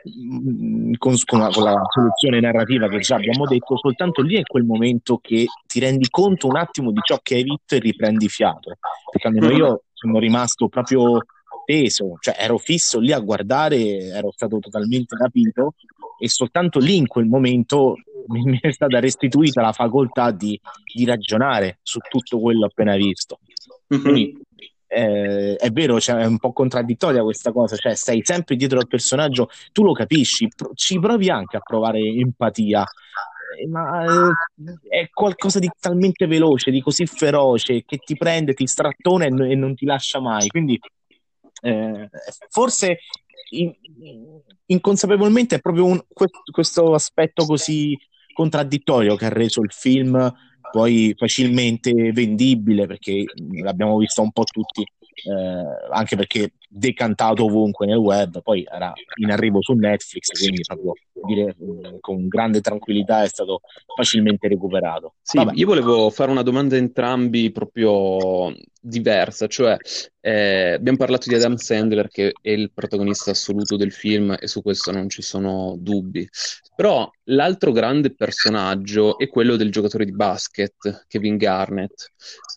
[SPEAKER 2] mm, con, con la, con la soluzione narrativa che già abbiamo detto, soltanto lì è quel momento che ti rendi conto un attimo di ciò che hai visto e riprendi fiato. Perché almeno
[SPEAKER 3] Mhm.
[SPEAKER 2] io sono rimasto proprio teso, cioè ero fisso lì a guardare, ero stato totalmente rapito e soltanto lì in quel momento mi, mi è stata restituita la facoltà di, di ragionare su tutto quello appena visto. Quindi
[SPEAKER 3] Mhm.
[SPEAKER 2] eh, è vero, cioè, è un po' contraddittoria questa cosa, cioè stai sempre dietro al personaggio, tu lo capisci, pro- ci provi anche a provare empatia, eh, ma eh, è qualcosa di talmente veloce, di così feroce, che ti prende, ti strattona e, no- e non ti lascia mai. Quindi eh, forse in- inconsapevolmente è proprio un- que- questo aspetto così contraddittorio che ha reso il film poi facilmente vendibile, perché l'abbiamo visto un po' tutti, eh, anche perché decantato ovunque nel web, poi era in arrivo su Netflix, quindi proprio dire mh, con grande tranquillità è stato facilmente recuperato.
[SPEAKER 1] Sì,
[SPEAKER 2] Vabbè.
[SPEAKER 1] io volevo fare una domanda a entrambi proprio diversa, cioè eh, abbiamo parlato di Adam Sandler che è il protagonista assoluto del film e su questo non ci sono dubbi, però l'altro grande personaggio è quello del giocatore di basket, Kevin Garnett.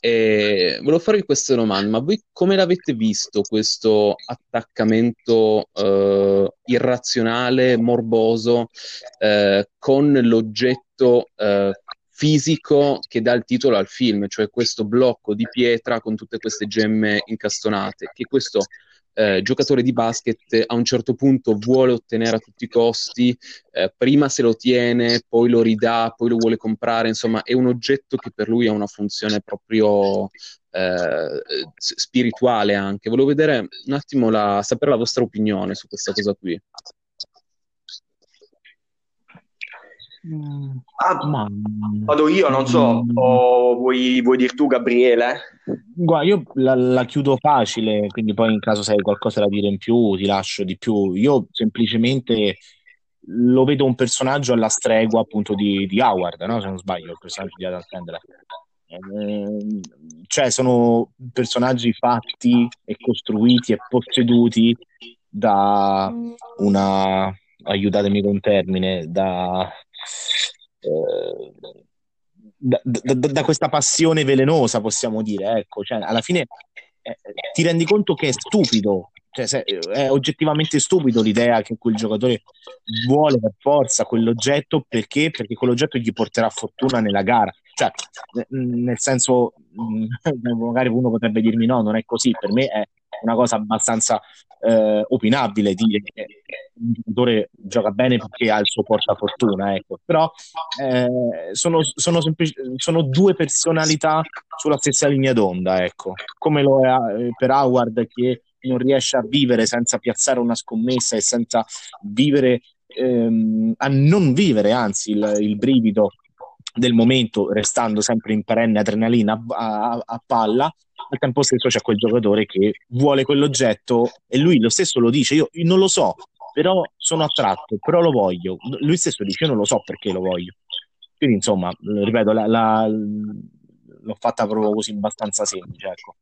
[SPEAKER 1] E volevo farvi questa domanda, ma voi come l'avete visto questo attaccamento eh, irrazionale, morboso, eh, con l'oggetto eh, fisico che dà il titolo al film, cioè questo blocco di pietra con tutte queste gemme incastonate, che questo eh, giocatore di basket a un certo punto vuole ottenere a tutti i costi, eh, prima se lo tiene, poi lo ridà, poi lo vuole comprare, insomma è un oggetto che per lui ha una funzione proprio eh, spirituale anche. Volevo vedere un attimo la, sapere la vostra opinione su questa cosa qui.
[SPEAKER 2] Mm,
[SPEAKER 3] Ah,
[SPEAKER 2] ma
[SPEAKER 3] vado io, non so,
[SPEAKER 2] mm,
[SPEAKER 3] o vuoi, vuoi dir tu, Gabriele?
[SPEAKER 2] guarda, io la, la chiudo facile, quindi poi in caso se hai qualcosa da dire in più ti lascio di più. Io semplicemente lo vedo un personaggio alla stregua appunto di, di Howard, no? Se non sbaglio, il personaggio di Adam Sandler. Ehm, cioè sono personaggi fatti e costruiti e posseduti da una, aiutatemi con un termine, da, eh, da, da- da- da questa passione velenosa, possiamo dire, ecco, cioè, alla fine eh, ti rendi conto che è stupido, cioè, se- è oggettivamente stupido l'idea che quel giocatore vuole per forza quell'oggetto perché? Perché quell'oggetto gli porterà fortuna nella gara. Cioè, n- nel senso, mh, magari uno potrebbe dirmi no, non è così, per me è una cosa abbastanza eh, opinabile dire che un giocatore gioca bene perché ha il suo portafortuna, ecco. Però eh, sono, sono, semplici- sono due personalità sulla stessa linea d'onda, ecco. Come lo è eh, per Howard che non riesce a vivere senza piazzare una scommessa e senza vivere, ehm, a non vivere, anzi, il, il brivido del momento, restando sempre in perenne adrenalina a, a, a palla. Al tempo stesso c'è quel giocatore che vuole quell'oggetto e lui lo stesso lo dice, io, io non lo so, però sono attratto, però lo voglio. Lui stesso dice, io non lo so perché lo voglio. Quindi, insomma, ripeto, la, la- l'ho fatta proprio così abbastanza semplice, ecco.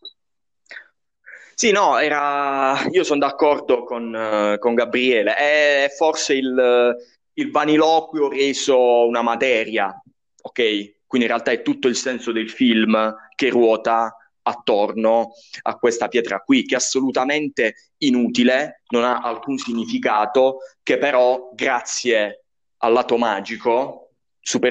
[SPEAKER 3] Sì, no, era... io sono d'accordo con, eh, con Gabriele. È forse il, il vaniloquio reso una materia, ok? Quindi in realtà è tutto il senso del film che ruota attorno a questa pietra qui, che è assolutamente inutile, non ha alcun significato, che però, grazie al lato magico,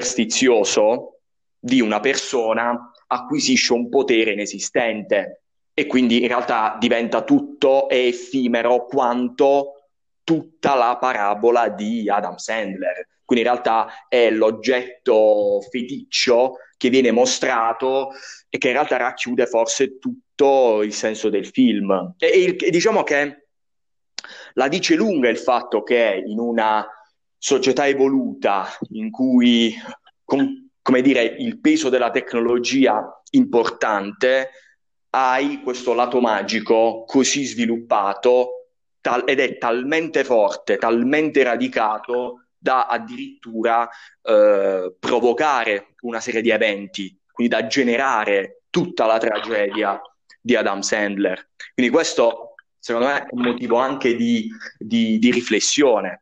[SPEAKER 3] superstizioso di una persona, acquisisce un potere inesistente. e quindi in realtà diventa tutto effimero quanto tutta la parabola di Adam Sandler. Quindi in realtà è l'oggetto feticcio che viene mostrato e che in realtà racchiude forse tutto il senso del film. E, e, e diciamo che la dice lunga il fatto che in una società evoluta in cui, com, come dire, il peso della tecnologia importante, hai questo lato magico così sviluppato tal- ed è talmente forte, talmente radicato da addirittura eh, provocare una serie di eventi, quindi da generare tutta la tragedia di Adam Sandler. Quindi questo, secondo me, è un motivo anche di, di, di riflessione.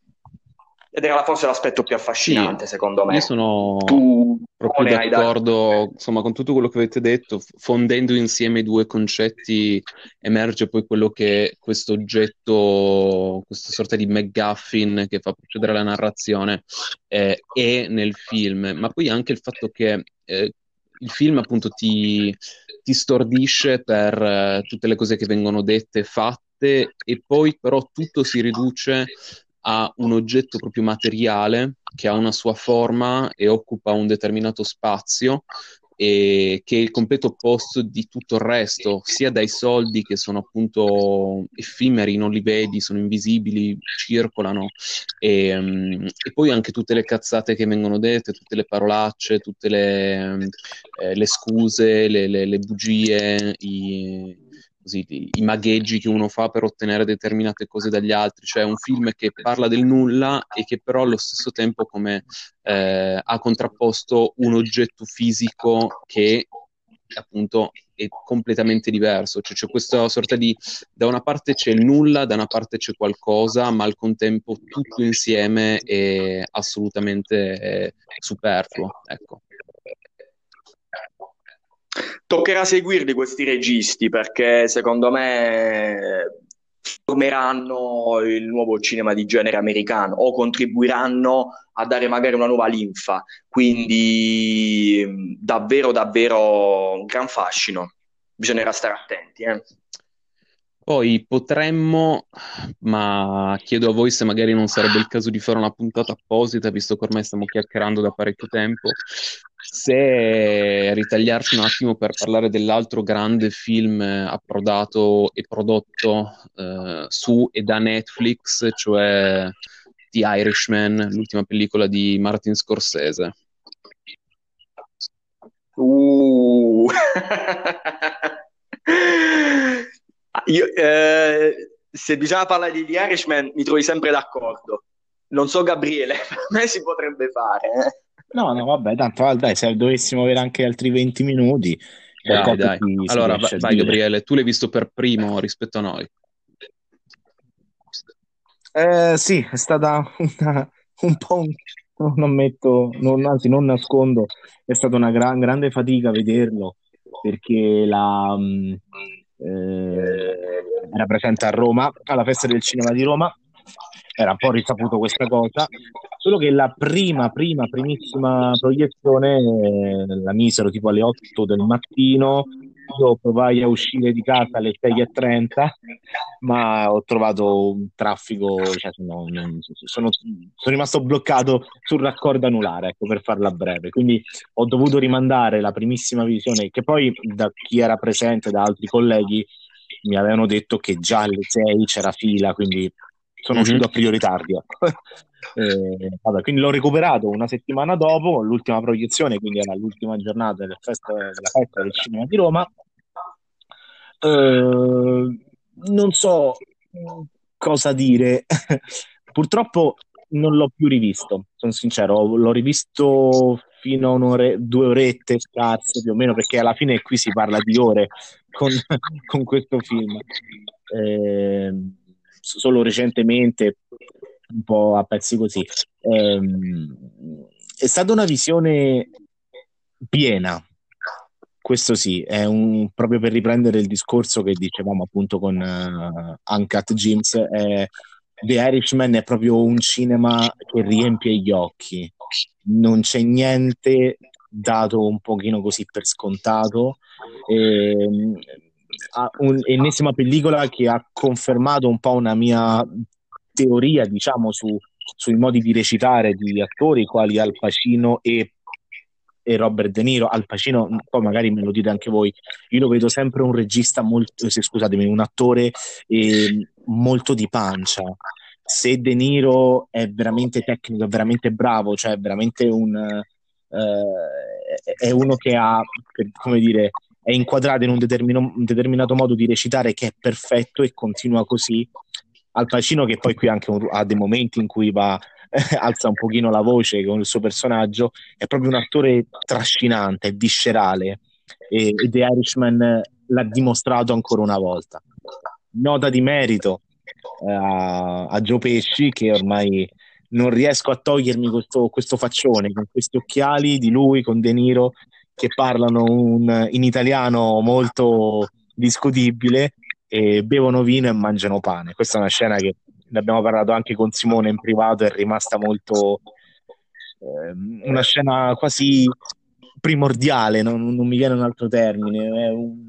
[SPEAKER 3] Ed era forse l'aspetto più affascinante,
[SPEAKER 1] Sì,
[SPEAKER 3] secondo me.
[SPEAKER 1] io sono
[SPEAKER 3] Tu
[SPEAKER 1] proprio
[SPEAKER 3] ne hai da...
[SPEAKER 1] d'accordo, insomma, con tutto quello che avete detto, f- fondendo insieme i due concetti emerge poi quello che è questo oggetto, questa sorta di MacGuffin che fa procedere la narrazione eh, è nel film, ma poi anche il fatto che eh, il film appunto ti, ti stordisce per eh, tutte le cose che vengono dette e fatte e poi però tutto si riduce a un oggetto proprio materiale che ha una sua forma e occupa un determinato spazio e che è il completo opposto di tutto il resto, sia dai soldi che sono appunto effimeri, non li vedi, sono invisibili, circolano e, um, e poi anche tutte le cazzate che vengono dette, tutte le parolacce, tutte le, um, eh, le scuse, le, le, le bugie, i, così, i, i magheggi che uno fa per ottenere determinate cose dagli altri, cioè un film che parla del nulla e che però allo stesso tempo come eh, ha contrapposto un oggetto fisico che appunto è completamente diverso, cioè c'è questa sorta di da una parte c'è il nulla, da una parte c'è qualcosa, ma al contempo tutto insieme è assolutamente eh, superfluo, ecco.
[SPEAKER 3] Toccherà seguirli questi registi perché secondo me formeranno il nuovo cinema di genere americano o contribuiranno a dare magari una nuova linfa. Quindi davvero, davvero un gran fascino. Bisognerà stare attenti. Eh.
[SPEAKER 1] Poi potremmo, ma chiedo a voi se magari non sarebbe il caso di fare una puntata apposita, visto che ormai stiamo chiacchierando da parecchio tempo, se ritagliarci un attimo per parlare dell'altro grande film eh, approdato e prodotto eh, su e da Netflix, cioè The Irishman, l'ultima pellicola di Martin Scorsese.
[SPEAKER 3] Uh. Io, eh, se bisogna parlare di The Irishman mi trovi sempre d'accordo. Non so Gabriele, per me si potrebbe fare. Eh.
[SPEAKER 2] No, no, vabbè, tanto ah, dai, se dovessimo avere anche altri venti minuti,
[SPEAKER 1] Dai,
[SPEAKER 2] qualcosa
[SPEAKER 1] dai.
[SPEAKER 2] si, si
[SPEAKER 1] Allora, va-
[SPEAKER 2] riesce a
[SPEAKER 1] vai
[SPEAKER 2] dire.
[SPEAKER 1] Gabriele, tu l'hai visto per primo rispetto a noi.
[SPEAKER 2] Eh, sì, è stata una- un po' un, non ammetto, non, anzi non nascondo, è stata una gran- grande fatica vederlo perché la, mh, eh, era presente a Roma, alla Festa del Cinema di Roma, era un po' risaputo questa cosa, solo che la prima, prima, primissima proiezione eh, la misero tipo alle otto del mattino, io provai a uscire di casa alle sei e trenta, ma ho trovato un traffico, cioè, no, non- sono, sono rimasto bloccato sul raccordo anulare, ecco, per farla breve. Quindi ho dovuto rimandare la primissima visione, che poi da chi era presente, da altri colleghi, mi avevano detto che già alle sei c'era fila, quindi sono
[SPEAKER 1] Mhm.
[SPEAKER 2] uscito a priori tardi, ecco. Eh, vabbè, quindi l'ho recuperato una settimana dopo, l'ultima proiezione, quindi era l'ultima giornata del festa, della festa del cinema di Roma. Eh, non so cosa dire. Purtroppo non l'ho più rivisto, sono sincero, l'ho rivisto fino a un'ore, due orette scarse più o meno, perché alla fine qui si parla di ore con, con questo film. Eh, solo recentemente, un po' a pezzi così. Ehm, è stata una visione piena, questo sì, è un, proprio per riprendere il discorso che dicevamo appunto con uh, Uncut Gems, è, The Irishman è proprio un cinema che riempie gli occhi, non c'è niente dato un pochino così per scontato. E, ha un'ennesima pellicola che ha confermato un po' una mia teoria, diciamo, su, sui modi di recitare di attori quali Al Pacino e, e Robert De Niro. Al Pacino, poi magari me lo dite anche voi, io lo vedo sempre un regista molto, se scusatemi, un attore eh, molto di pancia. Se De Niro è veramente tecnico, è veramente bravo, cioè è veramente un eh, è uno che ha, come dire, è inquadrato in un, determino- un determinato modo di recitare che è perfetto e continua così. Al Pacino, che poi qui anche un- ha dei momenti in cui va alza un pochino la voce con il suo personaggio, è proprio un attore trascinante, è viscerale, e, e The Irishman l'ha dimostrato ancora una volta. Nota di merito eh, a, a Joe Pesci, che ormai non riesco a togliermi questo, questo faccione, con questi occhiali di lui, con De Niro, che parlano un, in italiano molto discutibile e bevono vino e mangiano pane. Questa è una scena che ne abbiamo parlato anche con Simone in privato, è rimasta molto ehm, una scena quasi primordiale, non, non mi viene un altro termine, è un,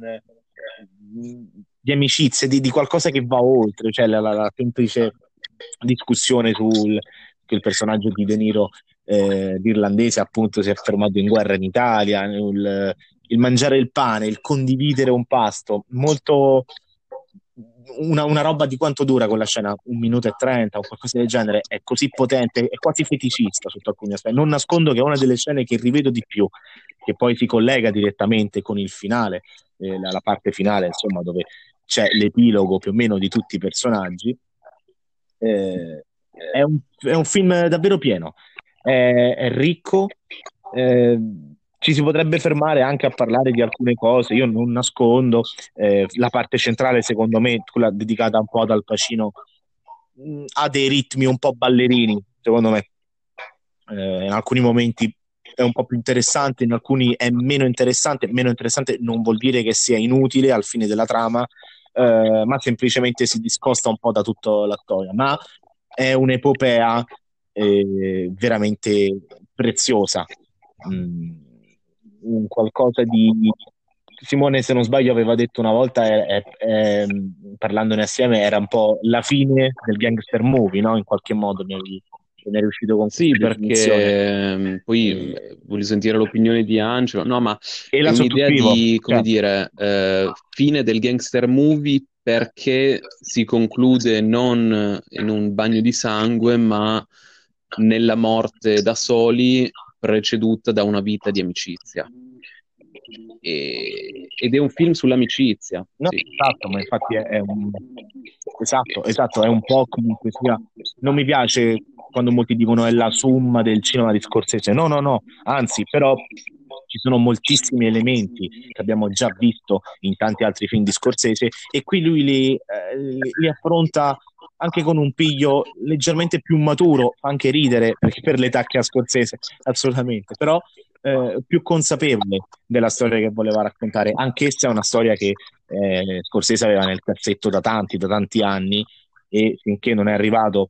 [SPEAKER 2] di amicizia, di, di qualcosa che va oltre, cioè la, la- la semplice discussione sul che il personaggio di De Niro eh, l'irlandese appunto si è fermato in guerra in Italia, il, il mangiare il pane, il condividere un pasto, molto una, una roba di quanto dura quella scena, un minuto e trenta o qualcosa del genere, è così potente, è quasi feticista sotto alcuni aspetti. Non nascondo che è una delle scene che rivedo di più, che poi si collega direttamente con il finale, eh, la, la parte finale, insomma, dove c'è l'epilogo più o meno di tutti i personaggi. Eh, è un, è un film davvero pieno, è, è ricco, eh, ci si potrebbe fermare anche a parlare di alcune cose. Io non nascondo, eh, la parte centrale, secondo me, quella dedicata un po' ad Al Pacino, mh, ha dei ritmi un po' ballerini, secondo me. Eh, in alcuni momenti è un po' più interessante, in alcuni è meno interessante. Meno interessante non vuol dire che sia inutile al fine della trama, eh, ma semplicemente si discosta un po' da tutta la storia. Ma è un'epopea eh, veramente preziosa. Mm, un qualcosa di Simone, se non sbaglio, aveva detto una volta, eh, eh, ehm, parlandone assieme, era un po' la fine del gangster movie, no? In qualche modo mi avevi- mi è riuscito con
[SPEAKER 1] Sì,
[SPEAKER 2] questa definizione.
[SPEAKER 1] perché mh, poi mh,
[SPEAKER 2] E,
[SPEAKER 1] voglio sentire l'opinione di Angelo. No, ma
[SPEAKER 2] e
[SPEAKER 1] è
[SPEAKER 2] la
[SPEAKER 1] un'idea
[SPEAKER 2] sottoscrivo,
[SPEAKER 1] di, come
[SPEAKER 2] cioè,
[SPEAKER 1] dire, eh, fine del gangster movie perché si conclude non in un bagno di sangue, ma nella morte da soli, preceduta da una vita di amicizia. E- ed è un film sull'amicizia,
[SPEAKER 2] no,
[SPEAKER 1] sì.
[SPEAKER 2] esatto, ma infatti è, è un esatto, esatto, è un po' comunque sia. Non mi piace quando molti dicono è la summa del cinema di Scorsese. No, no, no, anzi, però ci sono moltissimi elementi che abbiamo già visto in tanti altri film di Scorsese e qui lui li, eh, li- li affronta anche con un piglio leggermente più maturo, fa anche ridere perché per l'età che ha Scorsese, assolutamente, però eh, più consapevole della storia che voleva raccontare. Anch'essa è una storia che eh, Scorsese aveva nel cassetto da tanti, da tanti anni, e finché non è arrivato,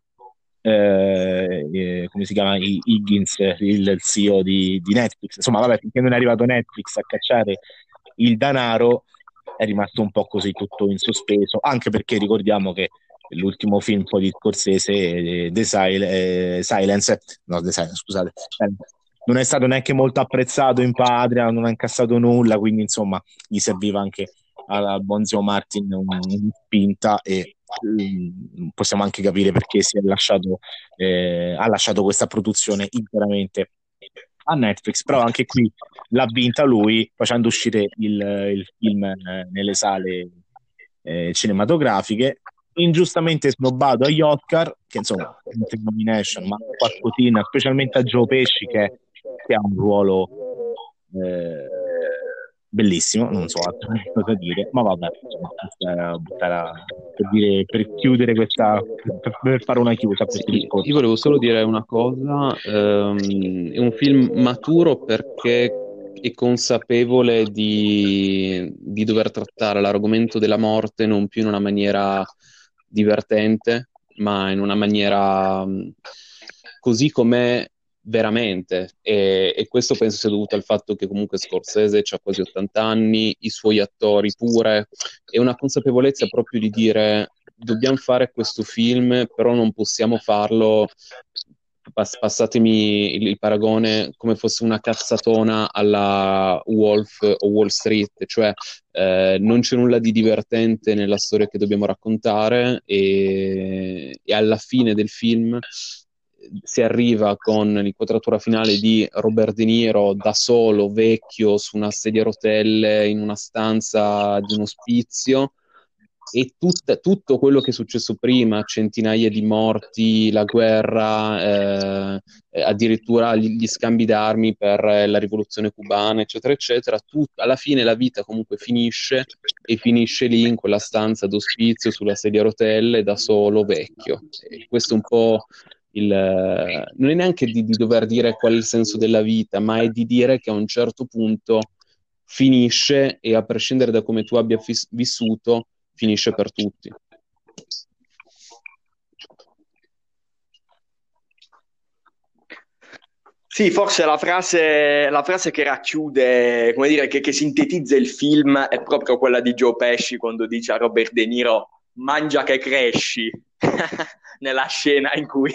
[SPEAKER 2] eh, eh, come si chiama, I- Higgins, il C E O di, di Netflix, insomma, vabbè, finché non è arrivato Netflix a cacciare il denaro, è rimasto un po' così tutto in sospeso, anche perché ricordiamo che l'ultimo film poi di Scorsese, eh, The Sil- eh, Silence, no, The Silence, scusate, eh, non è stato neanche molto apprezzato in patria, non ha incassato nulla, quindi insomma gli serviva anche al buon zio Martin un- una spinta e mm, possiamo anche capire perché si è lasciato, eh, ha lasciato questa produzione interamente a Netflix, però anche qui l'ha vinta lui facendo uscire il, il film eh, nelle sale eh, cinematografiche, ingiustamente snobbato agli Oscar, che insomma, non c'è nomination, ma qualcosina, specialmente a Joe Pesci che, che ha un ruolo eh, bellissimo, non so altro cosa dire, ma vabbè, insomma, questa, questa era per dire, per chiudere questa, per, per fare una chiusa a questo
[SPEAKER 1] Sì,
[SPEAKER 2] discorso.
[SPEAKER 1] io volevo solo dire una cosa, ehm, è un film maturo perché è consapevole di, di dover trattare l'argomento della morte non più in una maniera divertente, ma in una maniera mh, così com'è veramente, e, e questo penso sia dovuto al fatto che comunque Scorsese ha quasi ottanta anni, i suoi attori pure, e una consapevolezza proprio di dire dobbiamo fare questo film, però non possiamo farlo, pass- passatemi il, il paragone, come fosse una cazzatona alla Wolf o Wall Street, cioè eh, non c'è nulla di divertente nella storia che dobbiamo raccontare e, e alla fine del film si arriva con l'inquadratura finale di Robert De Niro da solo, vecchio, su una sedia a rotelle in una stanza di un ospizio, e tut- tutto quello che è successo prima, centinaia di morti, la guerra, eh, addirittura gli, gli scambi d'armi per eh, la rivoluzione cubana, eccetera, eccetera, tut- alla fine la vita comunque finisce, e finisce lì in quella stanza d'ospizio sulla sedia a rotelle da solo, vecchio. E questo è un po' il, eh, non è neanche di, di dover dire qual è il senso della vita, ma è di dire che a un certo punto finisce, e a prescindere da come tu abbia fis- vissuto, finisce per tutti.
[SPEAKER 3] Sì, forse la frase, la frase che racchiude, come dire, che, che sintetizza il film è proprio quella di Joe Pesci quando dice a Robert De Niro mangia che cresci, nella scena in cui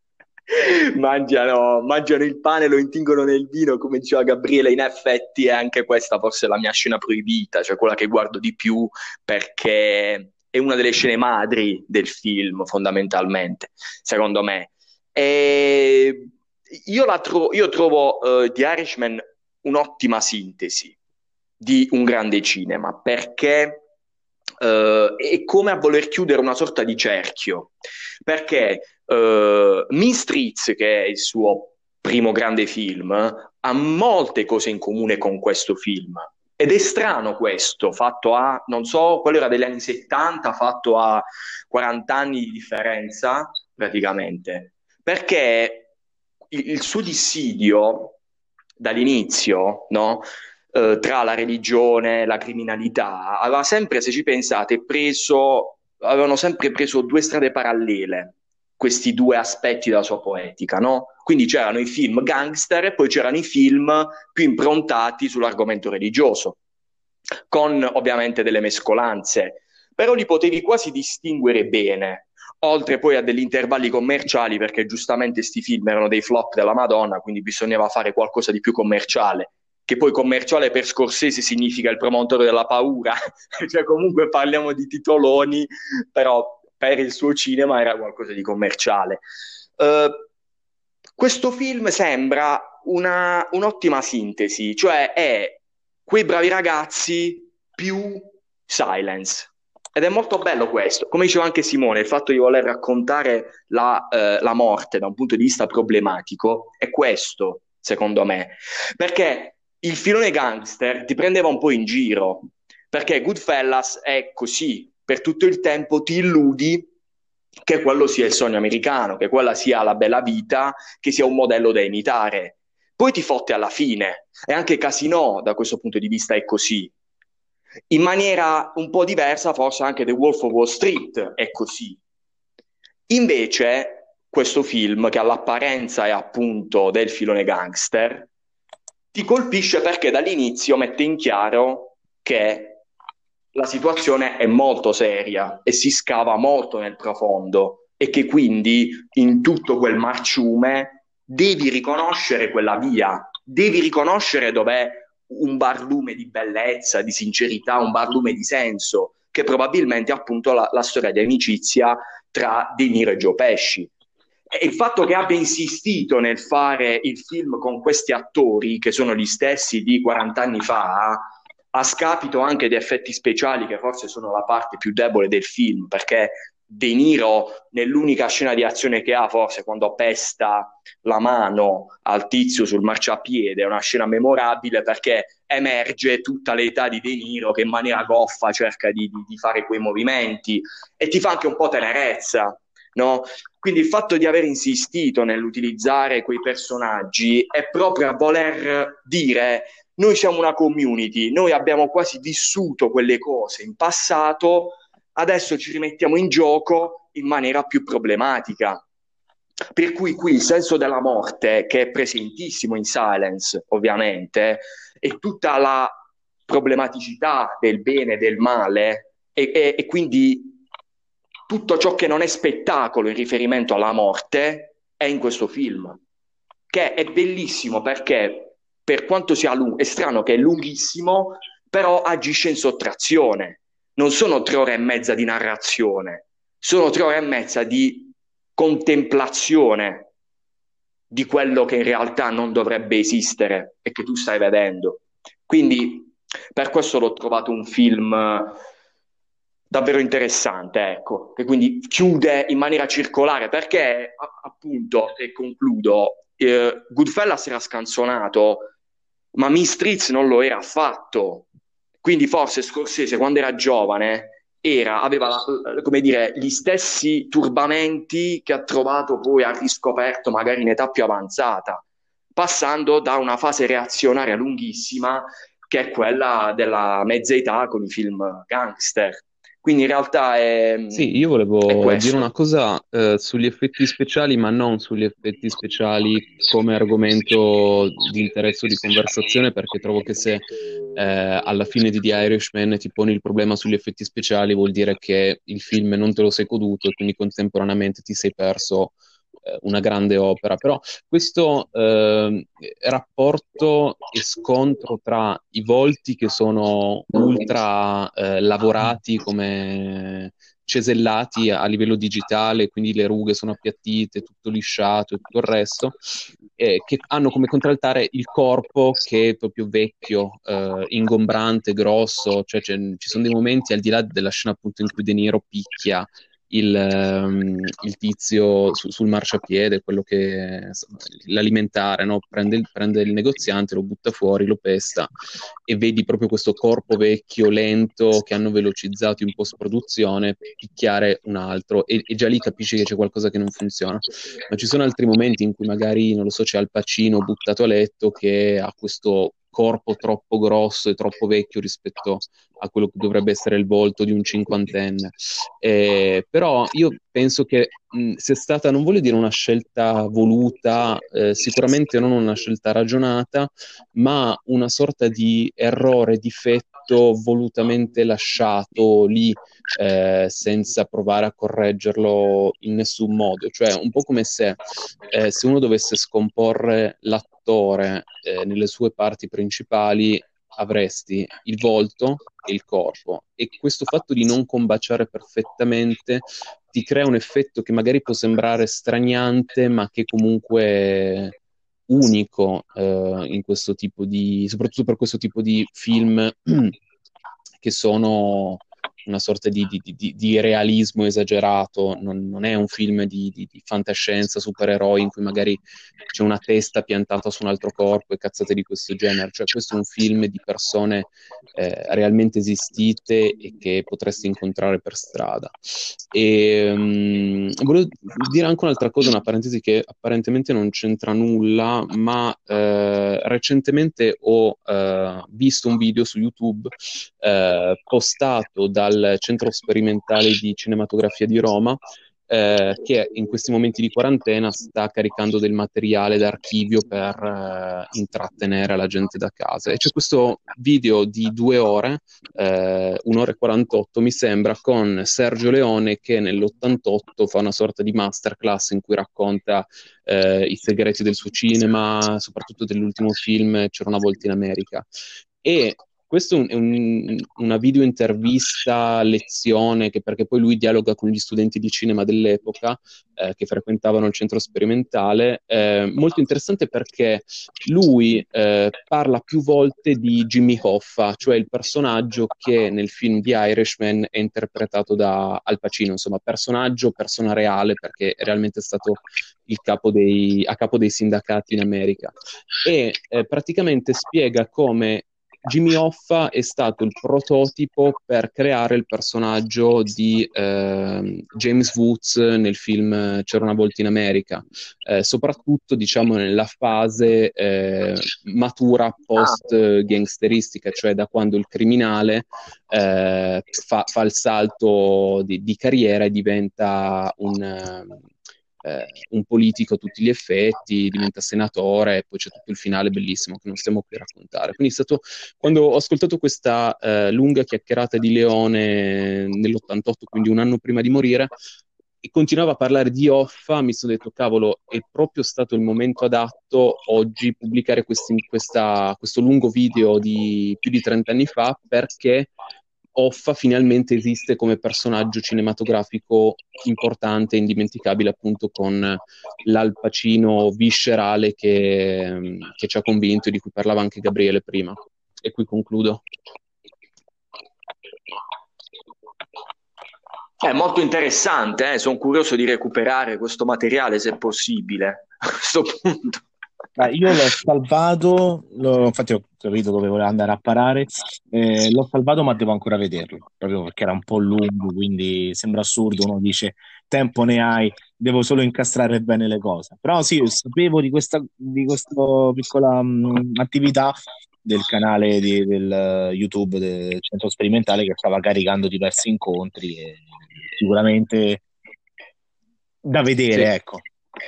[SPEAKER 3] mangiano, mangiano il pane, lo intingono nel vino, come diceva Gabriele. In effetti è anche questa forse la mia scena proibita, cioè quella che guardo di più, perché è una delle scene madri del film, fondamentalmente, secondo me. E io, la tro- io trovo uh, The Irishman un'ottima sintesi di un grande cinema, perché uh, è come a voler chiudere una sorta di cerchio, perché uh, Mean Streets, che è il suo primo grande film, ha molte cose in comune con questo film. Ed è strano questo, fatto a, non so, quello era degli anni settanta, fatto a quaranta anni di differenza, praticamente. Perché il, il suo dissidio dall'inizio, no? Eh, tra la religione e la criminalità, aveva sempre, se ci pensate, preso, avevano sempre preso due strade parallele, questi due aspetti della sua poetica, no? Quindi c'erano i film gangster e poi c'erano i film più improntati sull'argomento religioso, con ovviamente delle mescolanze, però li potevi quasi distinguere bene, oltre poi a degli intervalli commerciali, perché giustamente sti film erano dei flop della Madonna, quindi bisognava fare qualcosa di più commerciale, che poi commerciale per Scorsese significa il promotore della paura, cioè comunque parliamo di titoloni, però per il suo cinema era qualcosa di commerciale. Uh, questo film sembra una, un'ottima sintesi, cioè è quei bravi ragazzi più Silence. Ed è molto bello questo. Come diceva anche Simone, il fatto di voler raccontare la, eh, la morte da un punto di vista problematico è questo, secondo me. Perché il filone gangster ti prendeva un po' in giro, perché Goodfellas è così, per tutto il tempo ti illudi che quello sia il sogno americano, che quella sia la bella vita, che sia un modello da imitare. Poi ti fotte alla fine. E anche Casino, da questo punto di vista, è così. In maniera un po' diversa, forse anche The Wolf of Wall Street è così. Invece, questo film, che all'apparenza è appunto del filone gangster, ti colpisce perché dall'inizio mette in chiaro che la situazione è molto seria e si scava molto nel profondo, e che quindi in tutto quel marciume devi riconoscere quella via, devi riconoscere dov'è un barlume di bellezza, di sincerità, un barlume di senso, che probabilmente è appunto la, la storia di amicizia tra De Niro e Joe Pesci. E il fatto che abbia insistito nel fare il film con questi attori, che sono gli stessi di quaranta anni fa, a scapito anche di effetti speciali, che forse sono la parte più debole del film, perché De Niro, nell'unica scena di azione che ha, forse quando pesta la mano al tizio sul marciapiede, è una scena memorabile perché emerge tutta l'età di De Niro, che in maniera goffa cerca di, di, di fare quei movimenti, e ti fa anche un po' tenerezza, no? Quindi il fatto di aver insistito nell'utilizzare quei personaggi è proprio a voler dire: noi siamo una community, noi abbiamo quasi vissuto quelle cose in passato, adesso ci rimettiamo in gioco in maniera più problematica. Per cui qui il senso della morte, che è presentissimo in Silence, ovviamente, e tutta la problematicità del bene e del male, e, e, e quindi tutto ciò che non è spettacolo in riferimento alla morte, è in questo film, che è bellissimo perché, per quanto sia lungo, è strano che è lunghissimo, però agisce in sottrazione. Non sono tre ore e mezza di narrazione, sono tre ore e mezza di contemplazione di quello che in realtà non dovrebbe esistere e che tu stai vedendo. Quindi per questo l'ho trovato un film davvero interessante, ecco, che quindi chiude in maniera circolare, perché appunto, e concludo, eh, Goodfellas era scanzonato, ma Mean Streets non lo era affatto. Quindi forse Scorsese, quando era giovane, era, aveva la, come dire, gli stessi turbamenti che ha trovato poi, ha riscoperto magari in età più avanzata, passando da una fase reazionaria lunghissima che è quella della mezza età con i film gangster. Quindi in realtà è,
[SPEAKER 1] Sì, io
[SPEAKER 3] è
[SPEAKER 1] volevo dire una
[SPEAKER 3] questo.
[SPEAKER 1] cosa eh, sugli effetti speciali, ma non sugli effetti speciali come argomento di interesse o di conversazione, perché trovo che se eh, alla fine di The Irishman ti poni il problema sugli effetti speciali, vuol dire che il film non te lo sei goduto e quindi contemporaneamente ti sei perso eh, una grande opera. Però questo eh, rapporto e scontro tra i volti che sono ultra eh, lavorati come cesellati a livello digitale, quindi le rughe sono appiattite, tutto lisciato e tutto il resto, eh, che hanno come contraltare il corpo che è proprio vecchio, eh, ingombrante, grosso, cioè ci sono dei momenti al di là della scena appunto in cui De Niro picchia il, um, il tizio su, sul marciapiede, quello che l'alimentare, no? Prende, il, prende il negoziante, lo butta fuori, lo pesta e vedi proprio questo corpo vecchio, lento, che hanno velocizzato in post-produzione, picchiare un altro e, e già lì capisci che c'è qualcosa che non funziona. Ma ci sono altri momenti in cui magari, non lo so, c'è Al Pacino buttato a letto che ha questo corpo troppo grosso e troppo vecchio rispetto a quello che dovrebbe essere il volto di un cinquantenne. Eh, però io penso che mh, sia stata, non voglio dire una scelta voluta, eh, sicuramente non una scelta ragionata, ma una sorta di errore, difetto volutamente lasciato lì eh, senza provare a correggerlo in nessun modo. Cioè, un po' come se, eh, se uno dovesse scomporre l'attore eh, nelle sue parti principali, avresti il volto e il corpo, e questo fatto di non combaciare perfettamente ti crea un effetto che magari può sembrare straniante, ma che comunque è unico eh, in questo tipo di, soprattutto per questo tipo di film che sono una sorta di, di, di, di realismo esagerato, non, non è un film di, di, di fantascienza, supereroi in cui magari c'è una testa piantata su un altro corpo e cazzate di questo genere, cioè questo è un film di persone eh, realmente esistite e che potresti incontrare per strada. E um, volevo dire anche un'altra cosa, una parentesi che apparentemente non c'entra nulla, ma eh, recentemente ho eh, visto un video su YouTube eh, postato dal Centro Sperimentale di Cinematografia di Roma, eh, che in questi momenti di quarantena sta caricando del materiale d'archivio per eh, intrattenere la gente da casa. E c'è questo video di due ore, eh, un'ora e quarantotto mi sembra, con Sergio Leone che nell'ottantotto fa una sorta di masterclass in cui racconta eh, i segreti del suo cinema, soprattutto dell'ultimo film C'era una volta in America. E questo è un, una video intervista, lezione, che perché poi lui dialoga con gli studenti di cinema dell'epoca eh, che frequentavano il centro sperimentale, eh, molto interessante perché lui eh, parla più volte di Jimmy Hoffa, cioè il personaggio che nel film di Irishman è interpretato da Al Pacino, insomma personaggio, persona reale, perché è realmente stato il capo dei, a capo dei sindacati in America. E eh, praticamente spiega come Jimmy Hoffa è stato il prototipo per creare il personaggio di eh, James Woods nel film C'era una volta in America, eh, soprattutto diciamo nella fase eh, matura post-gangsteristica, cioè da quando il criminale eh, fa, fa il salto di, di carriera e diventa un... eh, un politico a tutti gli effetti, diventa senatore, e poi c'è tutto il finale bellissimo che non stiamo qui a raccontare. Quindi è stato, quando ho ascoltato questa eh, lunga chiacchierata di Leone nell'ottantotto, quindi un anno prima di morire, e continuava a parlare di Hoffa, mi sono detto, cavolo, è proprio stato il momento adatto oggi pubblicare questi, questa, questo lungo video di più di trenta anni fa, perché Hoffa finalmente esiste come personaggio cinematografico importante e indimenticabile, appunto con l'Al Pacino viscerale che, che ci ha convinto e di cui parlava anche Gabriele prima. E qui concludo.
[SPEAKER 3] È molto interessante, eh? Sono curioso di recuperare questo materiale se è possibile a questo punto.
[SPEAKER 2] Beh, io l'ho salvato, l'ho- infatti ho capito dove voleva andare a parare, eh, l'ho salvato ma devo ancora vederlo, proprio perché era un po' lungo, quindi sembra assurdo, uno dice tempo ne hai, devo solo incastrare bene le cose. Però sì, sapevo di questa, di questa piccola mh, attività del canale di- del eh, YouTube del Centro Sperimentale che stava caricando diversi incontri e sicuramente da vedere,
[SPEAKER 1] Sì.
[SPEAKER 2] ecco.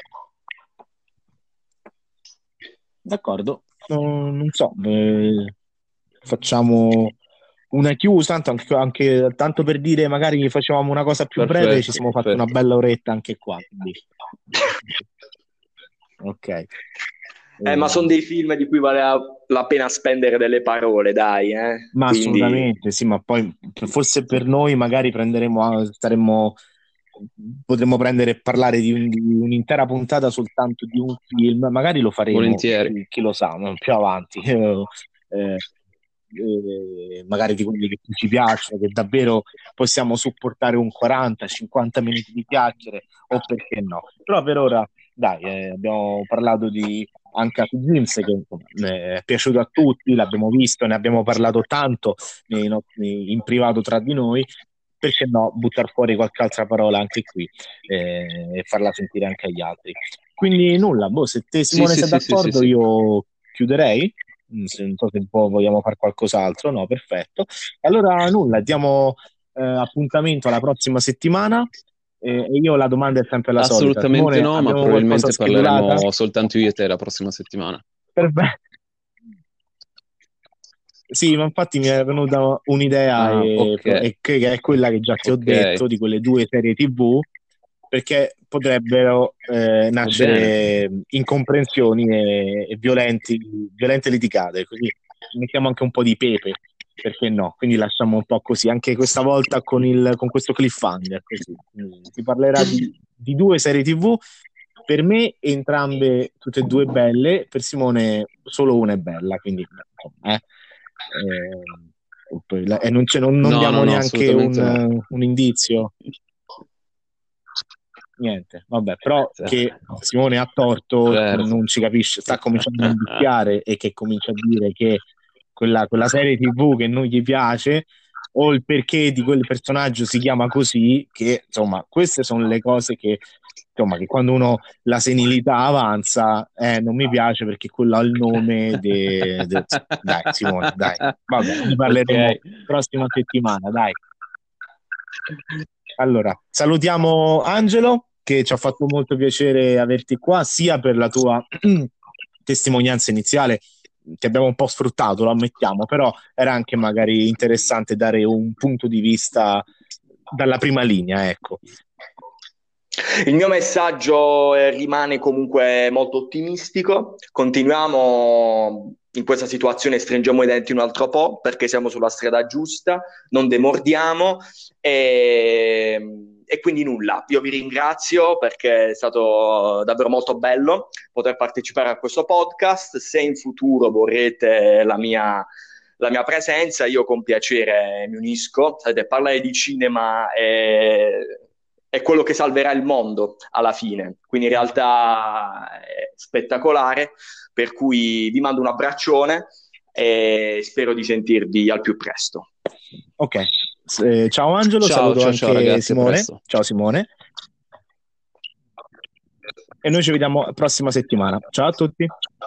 [SPEAKER 2] D'accordo, non, non so, eh, facciamo una chiusa, tanto anche, anche- tanto per dire, magari facevamo una cosa più breve, ci
[SPEAKER 1] Perfetto,
[SPEAKER 2] siamo fatti una
[SPEAKER 1] perfetto.
[SPEAKER 2] bella oretta anche qua, quindi. Ok.
[SPEAKER 3] Eh, ma
[SPEAKER 2] Eh,
[SPEAKER 3] sono dei film di cui vale la, la pena spendere delle parole, dai, eh?
[SPEAKER 2] ma
[SPEAKER 3] Quindi
[SPEAKER 2] assolutamente sì, ma poi forse per noi magari prenderemo, staremmo, potremmo prendere e parlare di, un- di un'intera puntata soltanto di un film, magari lo faremo,
[SPEAKER 1] Volentieri.
[SPEAKER 2] chi, chi lo sa, no? Più avanti. Eh, eh, magari di quelli che più ci piacciono, che davvero possiamo supportare un quaranta cinquanta minuti di chiacchiere, o perché no. Però per ora, dai, eh, abbiamo parlato di Uncut Gems, che insomma, eh, è piaciuto a tutti, l'abbiamo visto, ne abbiamo parlato tanto nei nostri- in privato tra di noi. Perché no, buttare fuori qualche altra parola anche qui eh, e farla sentire anche agli altri. Quindi nulla, boh, se te
[SPEAKER 1] Sì,
[SPEAKER 2] Simone
[SPEAKER 1] sì,
[SPEAKER 2] sei
[SPEAKER 1] sì, sì, sì,
[SPEAKER 2] d'accordo
[SPEAKER 1] sì.
[SPEAKER 2] io chiuderei. Mm, se- non so se poi vogliamo fare qualcos'altro, no, perfetto. Allora nulla, diamo eh, appuntamento alla prossima settimana eh, e io la domanda è sempre la solita.
[SPEAKER 1] Assolutamente
[SPEAKER 2] Simone,
[SPEAKER 1] no, ma
[SPEAKER 2] abbiamo qualcosa
[SPEAKER 1] probabilmente
[SPEAKER 2] schedulata?
[SPEAKER 1] parleremo soltanto io e te la prossima settimana.
[SPEAKER 2] Perfetto. Sì, ma infatti mi è venuta un'idea
[SPEAKER 1] Ah,
[SPEAKER 2] e,
[SPEAKER 1] ok,
[SPEAKER 2] e che che è quella che già ti ho
[SPEAKER 1] ok,
[SPEAKER 2] detto di quelle due serie T V, perché potrebbero eh,
[SPEAKER 1] va bene.
[SPEAKER 2] nascere incomprensioni e, e violenti, violente litigate, così mettiamo anche un po' di pepe, perché no? Quindi lasciamo un po' così, anche questa volta con, il, con questo cliffhanger, così. Quindi si parlerà di, di due serie T V, per me entrambe, tutte e due belle, per Simone solo una è bella, quindi insomma, eh. Eh, poi la- e non, c'è- non- non
[SPEAKER 1] No, no,
[SPEAKER 2] diamo
[SPEAKER 1] no,
[SPEAKER 2] neanche un,
[SPEAKER 1] assolutamente no.
[SPEAKER 2] un indizio, niente, vabbè, però che Simone ha torto,
[SPEAKER 1] Certo.
[SPEAKER 2] non ci capisce, sta cominciando a invecchiare e che comincia a dire che quella, quella serie T V che non gli piace o il perché di quel personaggio si chiama così, che insomma, queste sono le cose che, insomma, che quando uno la senilità avanza, eh, non mi piace perché quello ha il nome de, de- Dai, Simone, dai. Vabbè, ne parleremo
[SPEAKER 1] Ok.
[SPEAKER 2] prossima settimana, dai. Allora, salutiamo Angelo, che ci ha fatto molto piacere averti qua, sia per la tua testimonianza iniziale, che abbiamo un po' sfruttato, lo ammettiamo, però era anche magari interessante dare un punto di vista dalla prima linea, ecco.
[SPEAKER 3] il mio messaggio eh, rimane comunque molto ottimistico. Continuiamo in questa situazione, stringiamo i denti un altro po' perché siamo sulla strada giusta, non demordiamo e, e quindi nulla. Io vi ringrazio perché è stato davvero molto bello poter partecipare a questo podcast. Se in futuro vorrete la mia la mia presenza, io con piacere mi unisco. Sapete, parlare di cinema è, è quello che salverà il mondo alla fine, quindi in realtà è spettacolare, per cui vi mando un abbraccione e spero di sentirvi al più presto.
[SPEAKER 2] Ok, eh, ciao Angelo,
[SPEAKER 1] Ciao,
[SPEAKER 2] saluto
[SPEAKER 1] ciao, ciao
[SPEAKER 2] anche
[SPEAKER 1] ragazzi, a
[SPEAKER 2] Simone.
[SPEAKER 1] presto.
[SPEAKER 2] Ciao Simone. E noi ci vediamo la prossima settimana. Ciao a tutti.